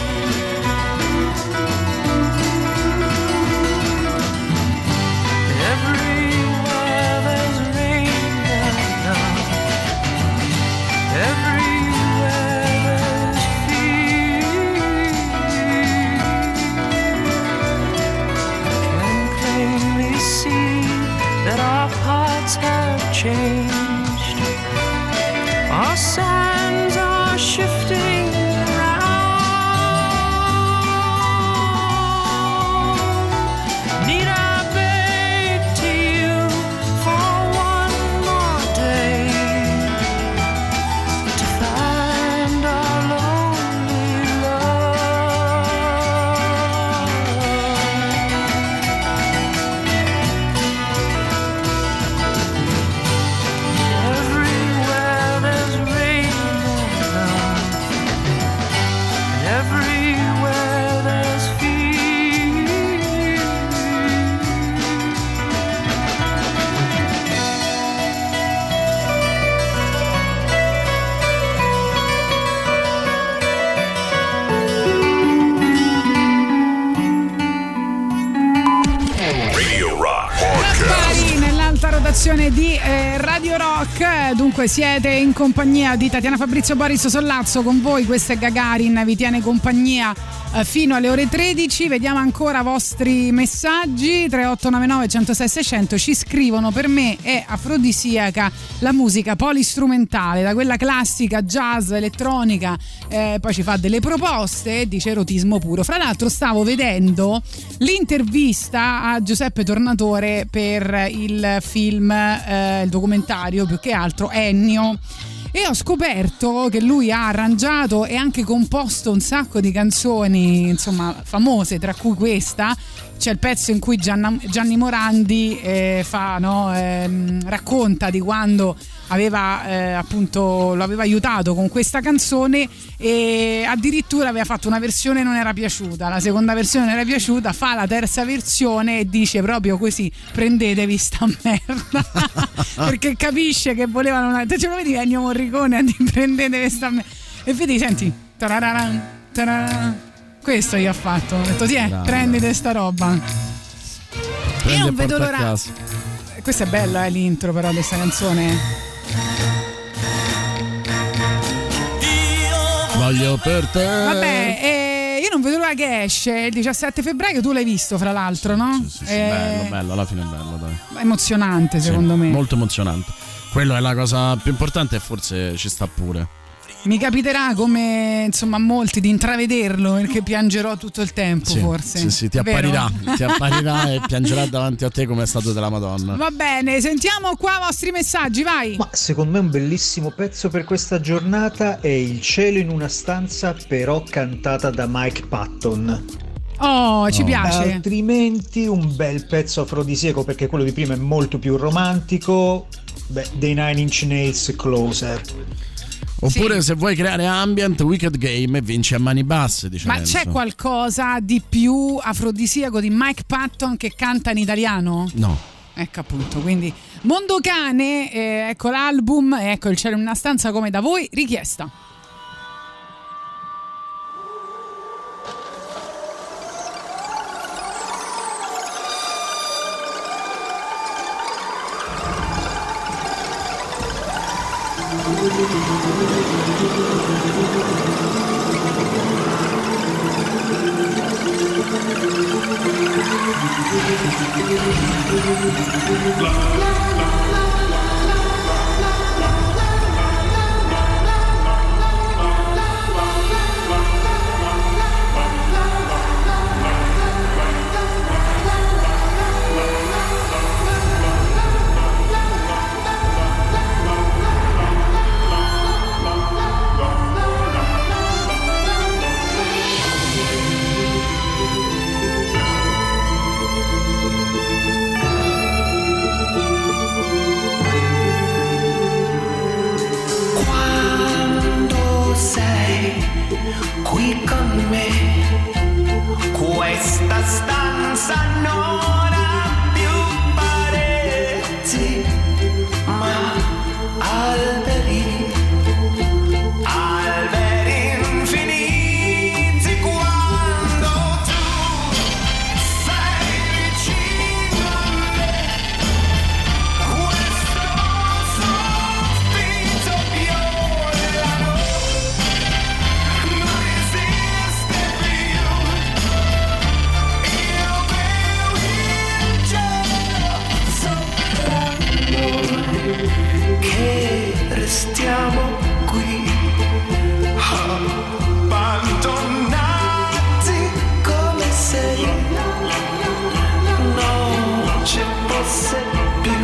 Everywhere there's rain, my love, everywhere there's fear. I can plainly see that our paths have changed. Our sands are shifting around. Need I beg to you for one more day to find our lonely love? Everywhere there's rain, my love, and everywhere there's fear.
Radio Rock Podcast.
Pari nell'alta rotazione di eh, Radio Rock. Dunque siete in compagnia di Tatiana Fabrizio Boris Sollazzo, con voi questa è Gagarin, vi tiene compagnia eh, fino alle ore tredici. Vediamo ancora vostri messaggi. Tre otto nove nove uno zero sei sei zero zero. Ci scrivono: per me è afrodisiaca la musica polistrumentale, da quella classica jazz, elettronica, eh, poi ci fa delle proposte e dice erotismo puro. Fra l'altro stavo vedendo l'intervista a Giuseppe Tornatore per il film, eh, il documentario più che altro Ennio, e ho scoperto che lui ha arrangiato e anche composto un sacco di canzoni, insomma, famose, tra cui questa. C'è il pezzo in cui Gianna, Gianni Morandi eh, fa, no, eh, racconta di quando aveva eh, appunto lo aveva aiutato con questa canzone, e addirittura aveva fatto una versione, non era piaciuta, la seconda versione non era piaciuta, fa la terza versione e dice proprio così: prendetevi sta merda. Perché capisce che volevano una... te ce lo vedi Ennio Morricone a dire prendetevi sta merda, e vedi, senti, tarararan, tarararan. Questo gli ha fatto, ho detto ti è, no, prendite sta roba. Io non vedo l'ora. Questa è bella, eh, l'intro però di questa canzone.
Voglio per te.
Vabbè, eh, io non vedo l'ora che esce il diciassette febbraio. Tu l'hai visto, fra l'altro, no?
Sì, sì, sì,
eh,
bello, bello, alla fine è bello, dai.
Emozionante, secondo
sì,
me.
Molto emozionante. Quello è la cosa più importante e forse ci sta pure.
Mi capiterà, come insomma a molti, di intravederlo, perché piangerò tutto il tempo,
sì,
forse.
Sì, sì, ti apparirà, ti apparirà e piangerà davanti a te come è stato della Madonna.
Va bene, sentiamo qua i vostri messaggi, vai.
Ma secondo me un bellissimo pezzo per questa giornata è Il cielo in una stanza, però cantata da Mike Patton.
Oh, ci
oh.
piace.
Altrimenti un bel pezzo afrodisiaco, perché quello di prima è molto più romantico. Beh, dei Nine Inch Nails, Closer.
Oppure
sì,
se vuoi creare ambient, Wicked Game, e vinci a mani basse, diciamo.
Ma c'è qualcosa di più afrodisiaco di Mike Patton che canta in italiano?
No.
Ecco, appunto, quindi Mondo Cane, eh, ecco l'album, ecco Il cielo in una stanza, come da voi richiesta.
Qui con me, questa stanza non ha più pareti, ma alberi, alberi infiniti. Quando tu sei vicino a me, questo soffitto violano non esiste più. Io bevo il cielo sopra noi, che restiamo qui abbandonati come se non ci fosse più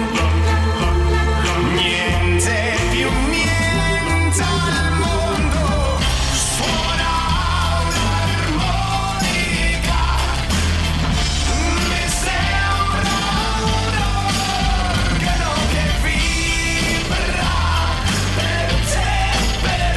niente, più niente al mondo. Suona un'armonica, mi sembra un organo che vibra per te, per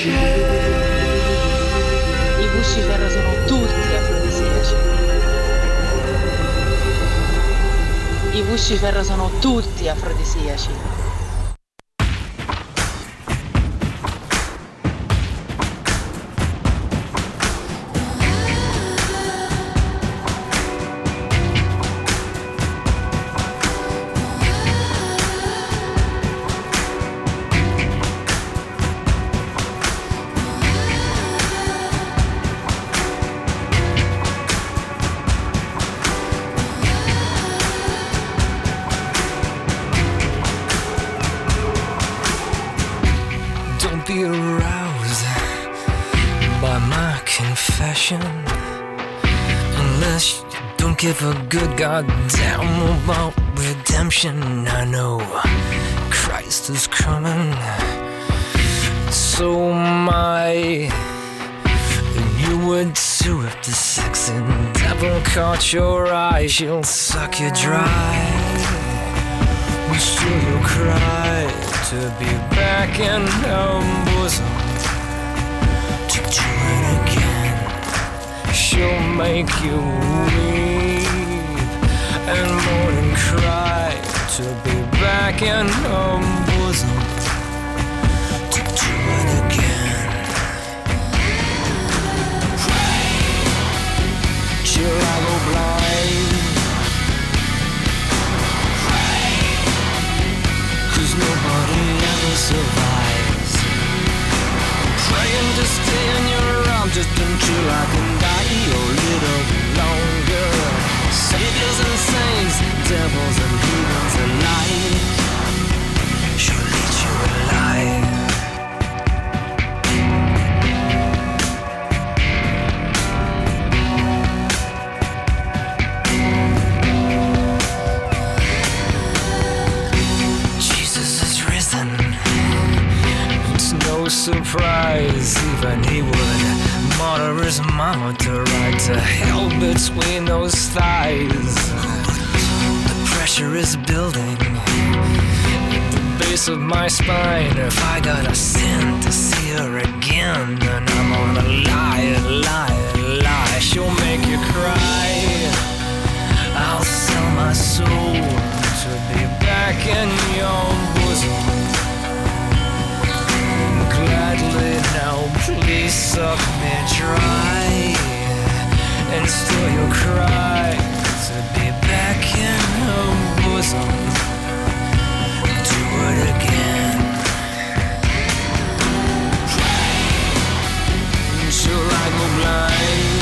I Pusciferro sono tutti afrodisiaci. I Pusciferro sono tutti afrodisiaci.
Be aroused by my confession, unless you don't give a good goddamn about redemption. I know Christ is coming, so my you would too if the sexy devil caught your eye. She'll suck you dry, and still you'll cry to be back in her bosom, to do it again. She'll make you weep and mourn and cry to be back in her bosom, to do it again. Till I go blind, nobody ever survives. Praying to stay in your arms just until I can die a little longer. Saviors and saints, devils and heathens alike shall lead you alive. No surprise, even he would martyr his mama to ride to hell between those thighs. The pressure is building at the base of my spine. If I gotta sin to see her again, then I'm gonna lie, lie, lie. She'll make you cry. I'll sell my soul to be back in your bosom. Gladly now, please suck me dry, and still you'll cry to be back in her bosom. Do it again. Till I go blind,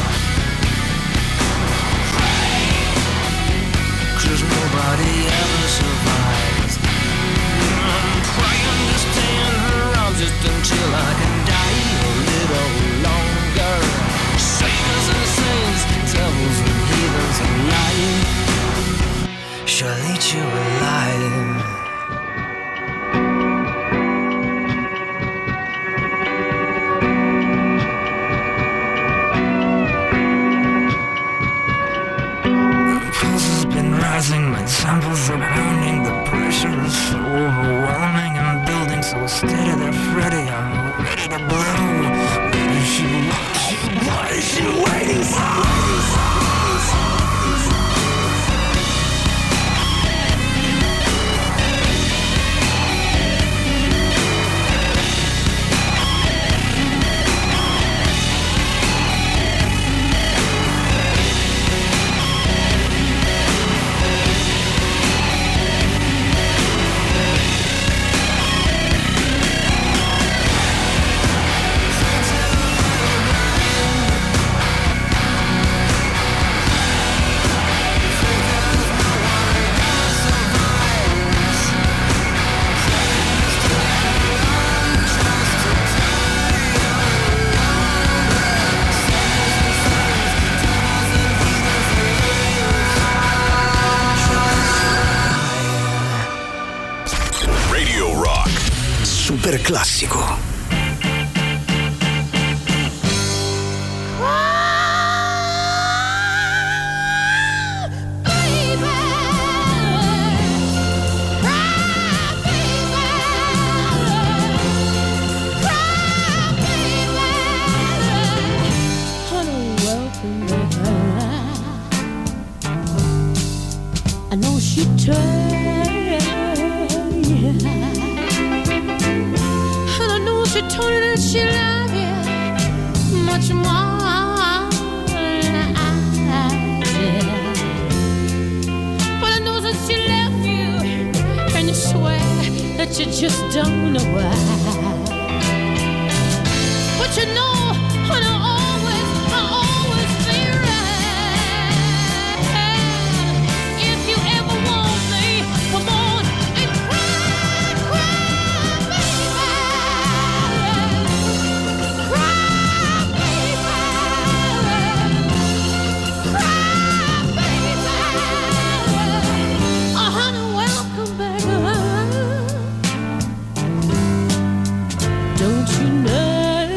'cause nobody ever survives. I'm praying to stay in her arms just until I can die a little longer. Saviors and saints, devils and heathens alike shall eat you alive. My temples are pounding, the pressure is so overwhelming. I'm building so steady that Freddy, I'm ready to blow. What is she, what is she waiting for?
Super classico.
Cry, baby. Cry.
that she love you much more than I did. But I know that she left you, and you swear that you just don't know why. But you know, and I always, I always be right. If you ever want me, come on and cry, cry, baby. Cry, baby. Cry, baby. Oh, honey, welcome back. Don't you know?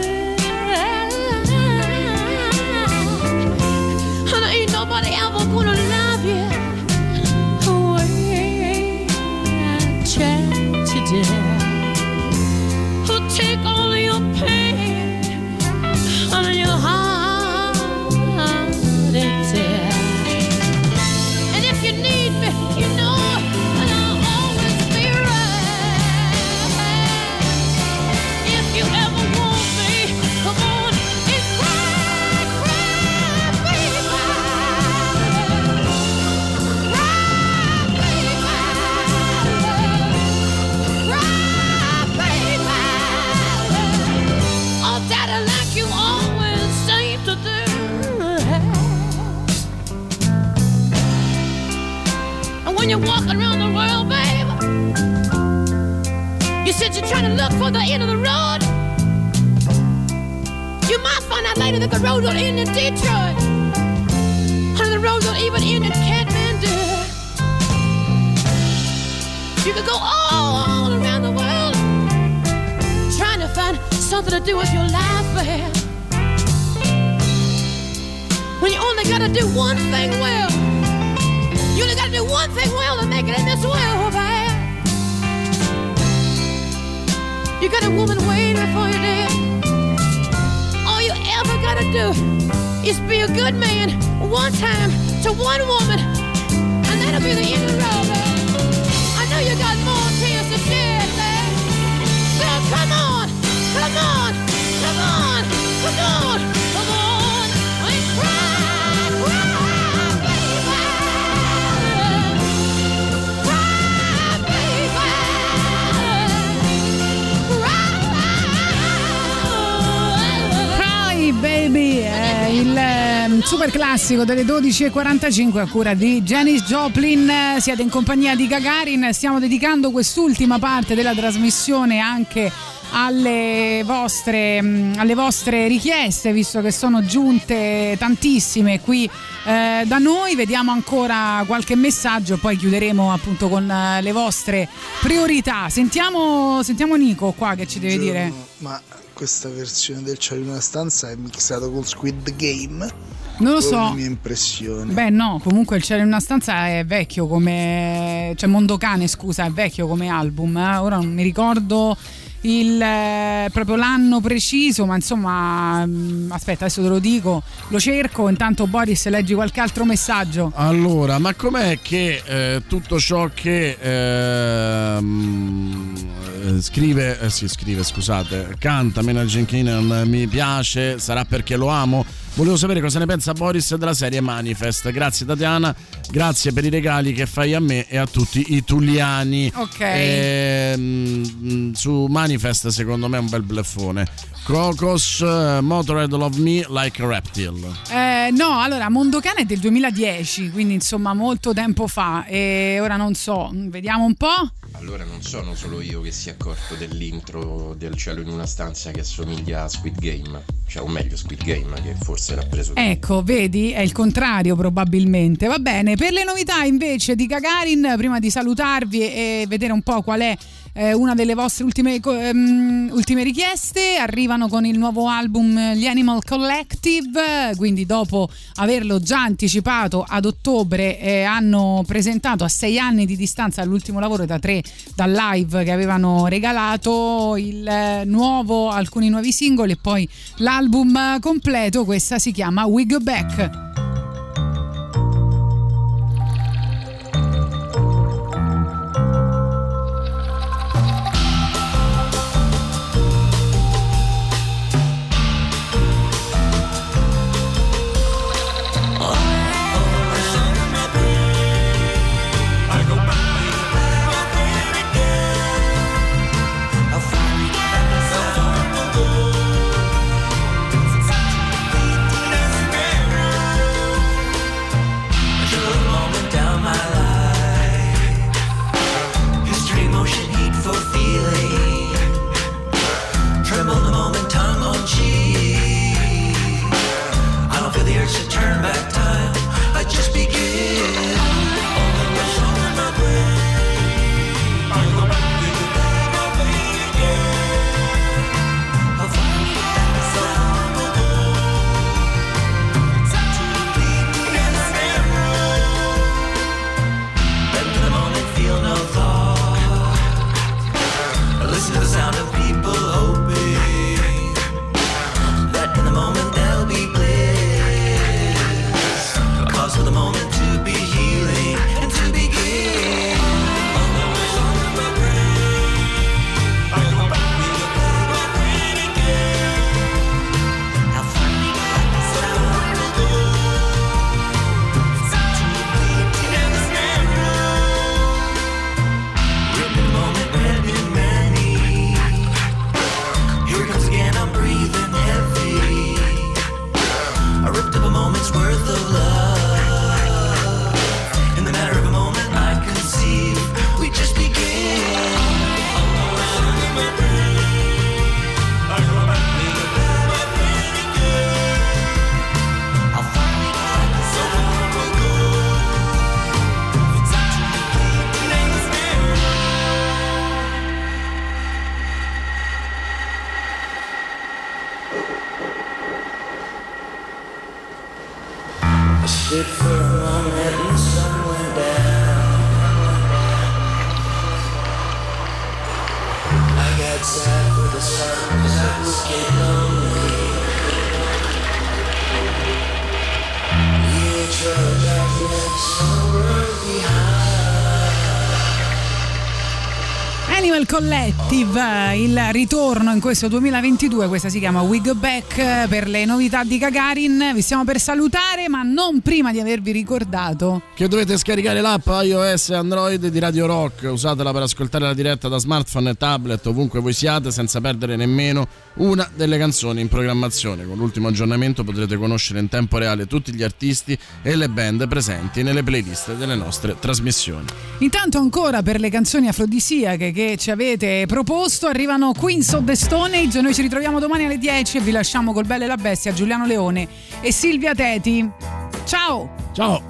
Nobody ever gonna love you the way I tried today. Who'll take all of your pain out of your heart and tear. And if you need me, you know that I'll always be right. If you ever want me, come on and cry, cry, baby. When you're walking around the world, babe, you said you're trying to look for the end of the road. You might find out later that the road don't end in Detroit, and the road don't even end in Kathmandu. You could go all, all around the world trying to find something to do with your life, babe, when you only gotta do one thing well. You only gotta do one thing well to make it in this world, babe. You got a woman waiting for you there. All you ever gotta do is be a good man one time to one woman, and that'll be the end of the road, babe. I know you got more tears to shed, babe. So come on, come on, come on, come on, come on, and cry, cry.
Baby è il eh, super classico delle dodici e quarantacinque a cura di Janis Joplin. Siete in compagnia di Gagarin, stiamo dedicando quest'ultima parte della trasmissione anche alle vostre, mh, alle vostre richieste, visto che sono giunte tantissime qui eh, da noi. Vediamo ancora qualche messaggio, poi chiuderemo appunto con eh, le vostre priorità. Sentiamo, sentiamo Nico qua che ci deve
Buongiorno,
dire.
Ma questa versione del Cielo in una stanza è mixato con Squid Game?
Non lo so.
Le mie impressioni.
Beh no, comunque il Cielo in una stanza è vecchio come... cioè Mondocane scusa, è vecchio come album, eh? Ora non mi ricordo il eh, proprio l'anno preciso, ma insomma mh, aspetta, adesso te lo dico, lo cerco. Intanto Boris, leggi qualche altro messaggio.
Allora, ma com'è che eh, tutto ciò che eh, mh, scrive eh, sì scrive scusate canta Maynard Keenan mi piace, sarà perché lo amo? Volevo sapere cosa ne pensa Boris della serie Manifest. Grazie Tatiana, grazie per i regali che fai a me e a tutti i tulliani.
Ok.
E, mh, su Manifest secondo me è un bel bleffone. Crocos, uh, Motorhead Love Me Like a Reptile.
Eh, no, allora Mondocane è del duemiladieci, quindi insomma molto tempo fa, e ora non so, vediamo un po'.
Allora non sono solo io che si è accorto dell'intro del Cielo in una stanza che assomiglia a Squid Game, cioè o meglio Squid Game, che forse era preso da...
Ecco, vedi, è il contrario probabilmente. Va bene, per le novità invece di Gagarin, prima di salutarvi e vedere un po' qual è eh, una delle vostre ultime, um, ultime richieste, arrivano con il nuovo album gli Animal Collective, quindi dopo averlo già anticipato ad ottobre eh, hanno presentato a sei anni di distanza dall'ultimo lavoro, da tre dal live che avevano regalato, il eh, nuovo, alcuni nuovi singoli e poi l'album completo. Questa si chiama We Go Back.
outside for the sun, 'cause I will get lonely. You drove back in somewhere behind.
Animal Collective, il ritorno in questo duemilaventidue, questa si chiama We Go Back per le novità di Gagarin. Vi stiamo per salutare, ma non prima di avervi ricordato
che dovete scaricare l'app iOS e Android di Radio Rock, usatela per ascoltare la diretta da smartphone e tablet ovunque voi siate senza perdere nemmeno una delle canzoni in programmazione. Con l'ultimo aggiornamento potrete conoscere in tempo reale tutti gli artisti e le band presenti nelle playlist delle nostre trasmissioni.
Intanto ancora per le canzoni afrodisiache che ci avete proposto arrivano Queens of the Stone Age. Noi ci ritroviamo domani alle dieci e vi lasciamo col Bella e la Bestia, Giuliano Leone e Silvia Teti. Ciao!
Ciao!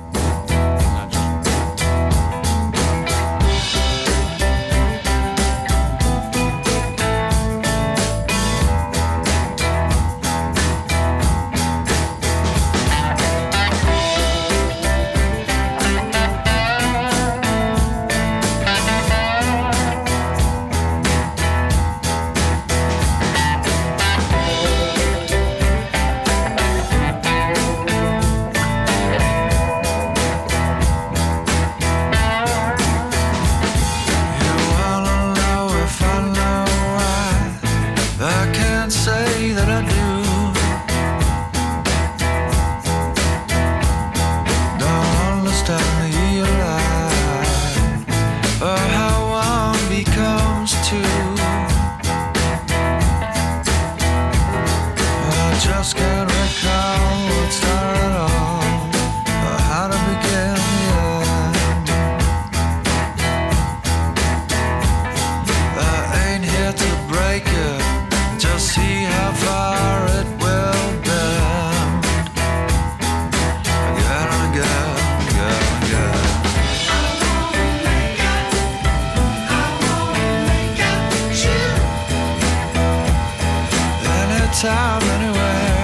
Time anywhere.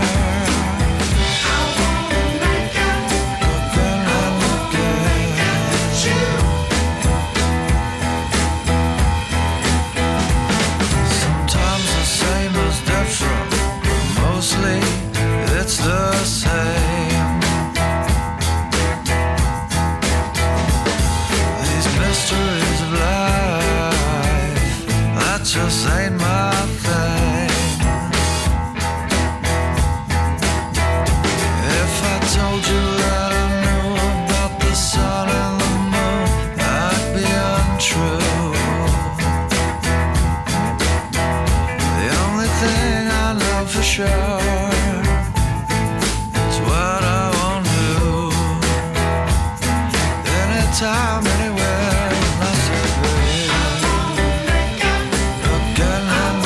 Sometimes the same is different, but mostly it's the same. These mysteries of life, that just ain't my thing. Told you that I knew about the sun and the moon, that'd be untrue. The only thing I know for sure is what I won't do. Anytime, anywhere, I said, babe, again and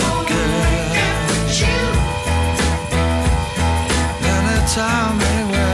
again. Anytime, anywhere.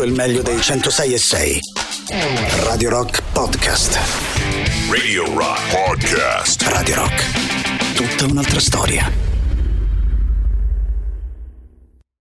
il meglio dei centosei e sei. Radio Rock Podcast.
Radio Rock Podcast.
Radio Rock. Tutta un'altra storia.